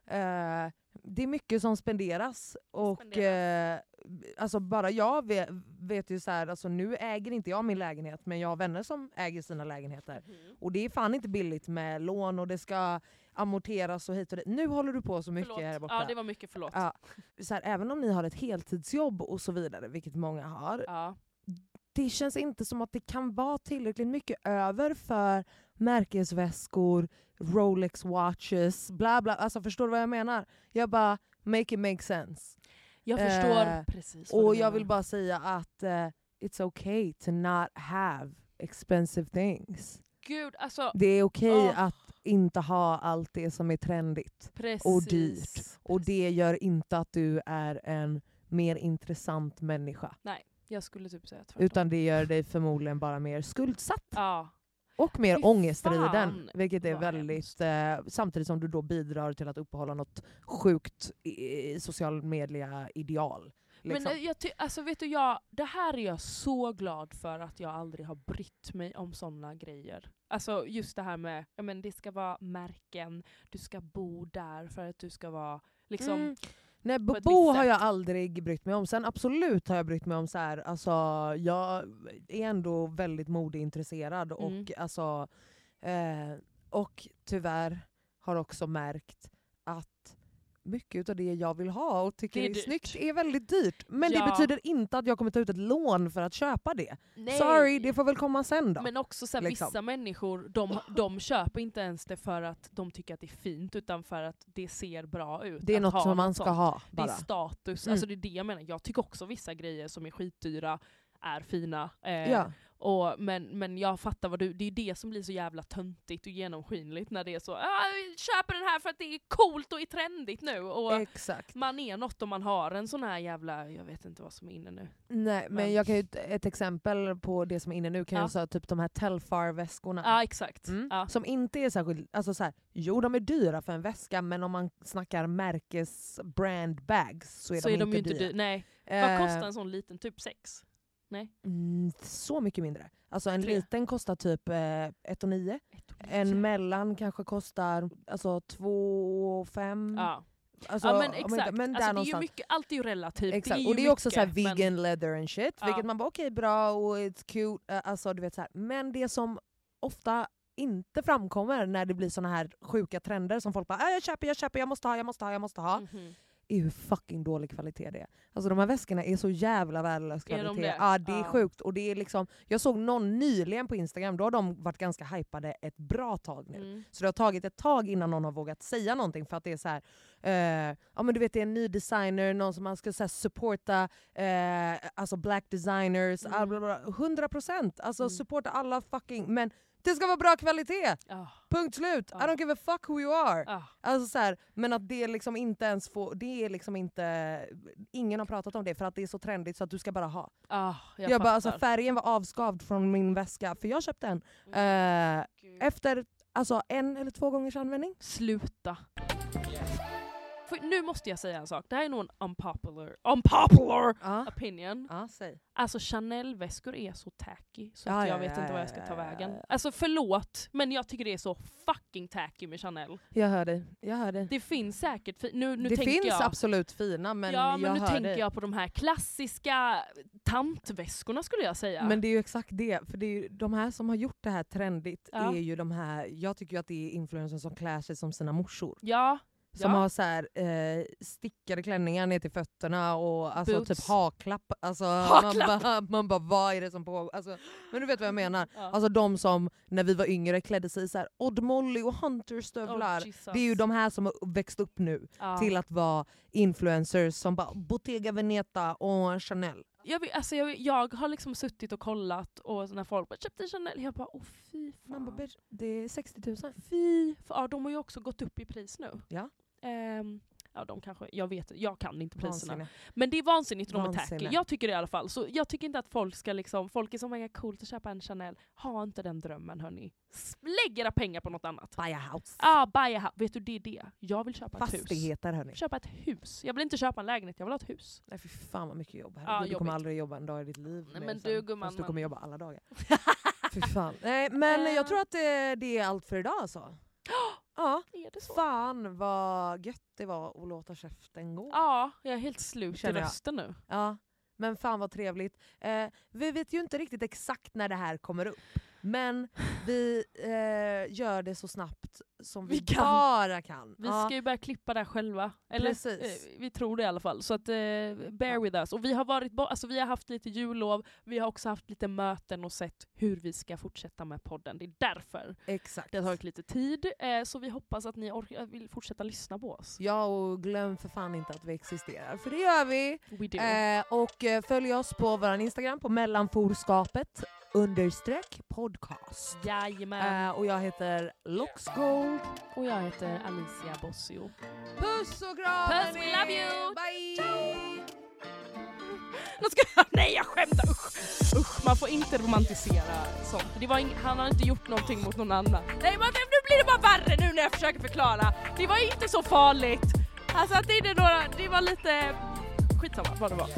eh, det är mycket som spenderas. Och Spenderas. eh, alltså bara jag vet, vet ju så här, alltså nu äger inte jag min lägenhet, men jag har vänner som äger sina lägenheter. Mhm. Och det är fan inte billigt med lån och det ska amorteras och hit och dit. Nu håller du på så mycket Förlåt. här borta. Ja, det var mycket förlåt. Ja, så här, även om ni har ett heltidsjobb och så vidare, vilket många har, Ja. det känns inte som att det kan vara tillräckligt mycket över för märkesväskor, Rolex watches, bla bla. Alltså förstår du vad jag menar? Jag bara, make it make sense. Jag förstår Eh, precis vad Och du jag menar. vill bara säga att uh, it's okay to not have expensive things. Gud, alltså Det är okej Åh. att inte ha allt det som är trendigt. precis. och dyrt. Och Precis. det gör inte att du är en mer intressant människa. Jag skulle typ säga tvärtom. Utan det gör dig förmodligen bara mer skuldsatt. Ja. Och mer Fy ångestriden. fan, Vilket är vad väldigt... Eh, samtidigt som du då bidrar till att uppehålla något sjukt i, i social media ideal. Liksom. Men eh, jag ty- alltså vet du, jag, det här är jag så glad för att jag aldrig har brytt mig om såna grejer. Alltså just det här med, ja men det ska vara märken, du ska bo där för att du ska vara liksom... Mm. Nej, på ett Bo visst har jag sätt. aldrig brytt mig om. Sen absolut har jag brytt mig om så här, alltså jag är ändå väldigt modeintresserad och Mm. alltså eh, och tyvärr har också märkt att mycket av det jag vill ha och tycker Det är är, dyrt. snyggt är väldigt dyrt. Men Ja. det betyder inte att jag kommer ta ut ett lån för att köpa det. Nej. Sorry, det får väl komma sen då. Men också så här, liksom. vissa människor, de, de köper inte ens det för att de tycker att det är fint, utan för att det ser bra ut. det är att något ha som man något ska sånt. ha Det bara. är status, Mm. alltså det är det jag menar. Jag tycker också vissa grejer som är skitdyra är fina. Eh, Ja. och, men, men jag fattar vad du, det är det som blir så jävla töntigt och genomskinligt när det är så, ah, köper den här för att det är coolt och är trendigt nu. Och Exakt. man är något om man har en sån här jävla, jag vet inte vad som är inne nu. Nej, men Men- jag kan ju, ett exempel på det som är inne nu kan Ja. jag säga typ de här Telfar-väskorna. Ja, exakt. Mm. Ja. Som inte är särskilt, alltså så här, jo de är dyra för en väska, men om man snackar märkes brand bags så är Så de är de inte ju inte dyra. dyra. Nej. Eh, Vad kostar en sån liten? Typ sex? Mm, så mycket mindre. Alltså en Tre. liten kostar typ eh, ett och nio. En mellan kanske kostar alltså två och fem. Ja. Alltså, Ja men om exakt, inte- men där alltså, det är ju någonstans. mycket, allt är ju relativt. Exakt. Det är och ju det är också mycket, så här vegan men, leather and shit, Ja. vilket man bara okej bra och it's cute. eh, Alltså, du vet, så här. Men det som ofta inte framkommer när det blir såna här sjuka trender som folk bara ah, jag köper, jag köper, jag måste ha, jag måste ha, jag måste ha. Mhm. Är hur fucking dålig kvalitet det är. Alltså de här väskorna är så jävla värdelös Är de kvalitet. det? Ja, det är Ja. sjukt. Och det är liksom, jag såg någon nyligen på Instagram, då har de varit ganska hypade ett bra tag nu. Mm. Så det har tagit ett tag innan någon har vågat säga någonting, för att det är så här, eh, ja men du vet det är en ny designer, någon som man ska så här, supporta eh, alltså black designers, Mm. mm. bla, bla, bla, hundra procent. Alltså Mm. supporta alla fucking, men det ska vara bra kvalitet! Ah, Punkt slut! Ja. I don't give a fuck who you are! ah. Alltså så här, men att det liksom inte ens får, det är liksom inte, ingen har pratat om det för att det är så trendigt så att du ska bara ha. Ah, jag Jag, bara, fattar. alltså färgen var avskavd från min väska, för jag köpte en Mm. eh, Gud. efter alltså en eller två gångers användning. Sluta. För nu måste jag säga en sak. Det här är nog en unpopular, unpopular Ja. opinion. Ja, säg. Alltså Chanel-väskor är så tacky så Ja, att jag ja, vet ja, inte vad jag ja, ska ja, ta ja, vägen. ja. Alltså förlåt, men jag tycker det är så fucking tacky med Chanel. Jag hör dig. Jag hör dig. Det finns säkert, fi- nu, nu det tänker finns jag, absolut fina, men ja, men jag nu hör tänker dig. jag på de här klassiska tantväskorna skulle jag säga. Men det är ju exakt det, för det är ju, de här som har gjort det här trendigt Ja. är ju de här, jag tycker ju att det är influencers som klär sig som sina morsor. Ja, Som ja. har så här, eh, stickade klänningar ner till fötterna och alltså, Boots. typ haklapp. Alltså, Haklapp! Man bara, man bara, vad är det som pågår? Alltså, men du vet vad jag menar. Ja. Alltså de som när vi var yngre klädde sig i så här Odd Molly och Oh, Hunter-stövlar. Jesus. det är ju de här som har växt upp nu Ja. till att vara influencers som bara Bottega Veneta och Chanel. Jag, vet- alltså jag, jag har liksom suttit och kollat och när folk bara köpte Chanel, jag bara åh fy fan. Man bara, "Bitch, det är sextio tusen. Fy, för, ja, de har ju också gått upp i pris nu. Ja. Ehm, ja, de kanske, jag vet, jag kan inte priserna. Vansinne. Men det är vansinnigt och de är Vansinne. tacky. Jag tycker det i alla fall. Så jag tycker inte att folk ska liksom, folk är så många coolt att köpa en Chanel. Ha inte den drömmen hörni. S- Lägg era pengar på något annat. Buy a house. Ja, ah, buy a house. Vet du, det är det. Jag vill köpa ett hus. Fastigheter hörni. Köpa ett hus. Jag vill inte köpa en lägenhet, jag vill ha ett hus. Nej för fan vad mycket jobb här. Ja, du kommer jobbigt. aldrig jobba en dag i ditt liv. Nej, mer men sen. du, gumman, Fast du man- kommer jobba alla dagar. Fy fan. Nej, men Eh. jag tror att det, det är allt för idag alltså. Ja. Är det så? Fan vad gött det var att låta käften gå. Ja, jag är helt slut i Känner jag. rösten nu. Ja. Men fan vad trevligt. Eh, vi vet ju inte riktigt exakt när det här kommer upp. Men vi eh, gör det så snabbt som vi, Vi kan. bara kan. Vi Ja. ska ju börja klippa där själva. Eller, Precis. eh, vi tror det i alla fall. Så att, eh, bear Ja. with us. Och vi har, varit bo- alltså, vi har haft lite jullov, vi har också haft lite möten och sett hur vi ska fortsätta med podden. Det är därför Exakt. det har tagit lite tid. Eh, så vi hoppas att ni orkar, vill fortsätta lyssna på oss. Ja, och glöm för fan inte att vi existerar. För det gör vi. We do. Eh, och eh, följ oss på vår Instagram på mellanforskapet understreck podcast. Jajamän. Eh, och jag heter Loxgold. Och jag heter Alicia Bossio. Puss och kram! Puss, we love you! Bye! Nu ska jag, nej jag skämtar, usch, usch, man får inte romantisera sånt. Det var ing, han har inte gjort någonting mot någon annan. Nej men nu blir det bara värre nu när jag försöker förklara. Det var inte så farligt. Alltså att det, är några, det var lite skitsamma vad det var.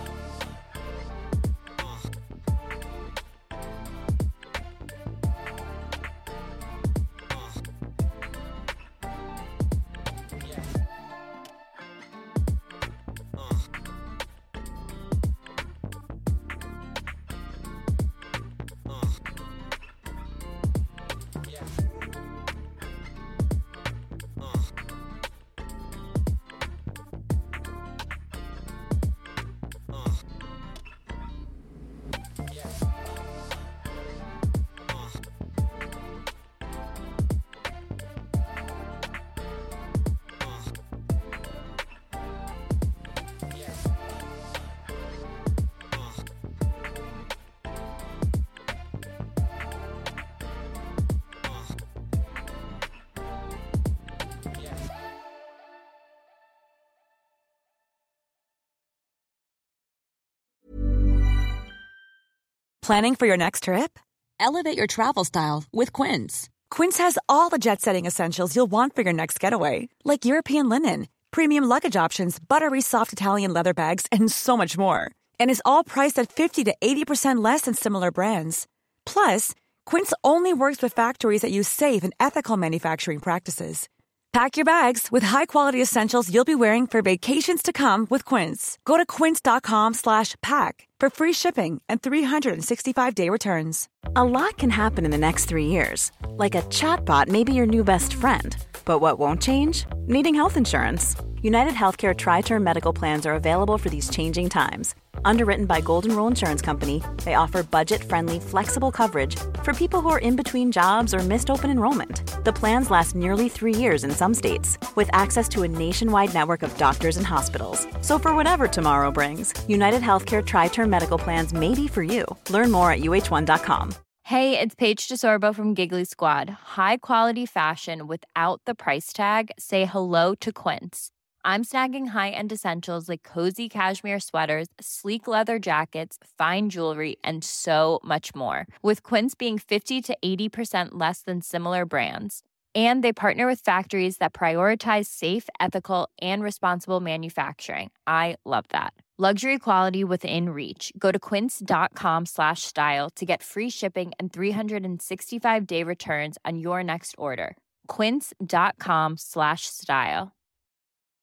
Planning for your next trip? Elevate your travel style with Quince. Quince has all the jet-setting essentials you'll want for your next getaway, like European linen, premium luggage options, buttery soft Italian leather bags, and so much more. And is all priced at fifty to eighty percent less than similar brands. Plus, Quince only works with factories that use safe and ethical manufacturing practices. Pack your bags with high-quality essentials you'll be wearing for vacations to come with Quince. Go to quince.com slash pack for free shipping and three sixty-five day returns. A lot can happen in the next three years. Like a chatbot may be your new best friend. But what won't change? Needing health insurance. United Healthcare Tri-Term Medical Plans are available for these changing times. Underwritten by Golden Rule Insurance Company, they offer budget-friendly, flexible coverage for people who are in between jobs or missed open enrollment. The plans last nearly three years in some states, with access to a nationwide network of doctors and hospitals. So for whatever tomorrow brings, United Healthcare Tri-Term Medical Plans may be for you. Learn more at U H one dot com. Hey, it's Paige DeSorbo from Giggly Squad. High quality fashion without the price tag. Say hello to Quince. I'm snagging high-end essentials like cozy cashmere sweaters, sleek leather jackets, fine jewelry, and so much more. With Quince being fifty to eighty percent less than similar brands. And they partner with factories that prioritize safe, ethical, and responsible manufacturing. I love that. Luxury quality within reach. Go to quince.com slash style to get free shipping and three sixty-five day returns on your next order. Quince.com slash style.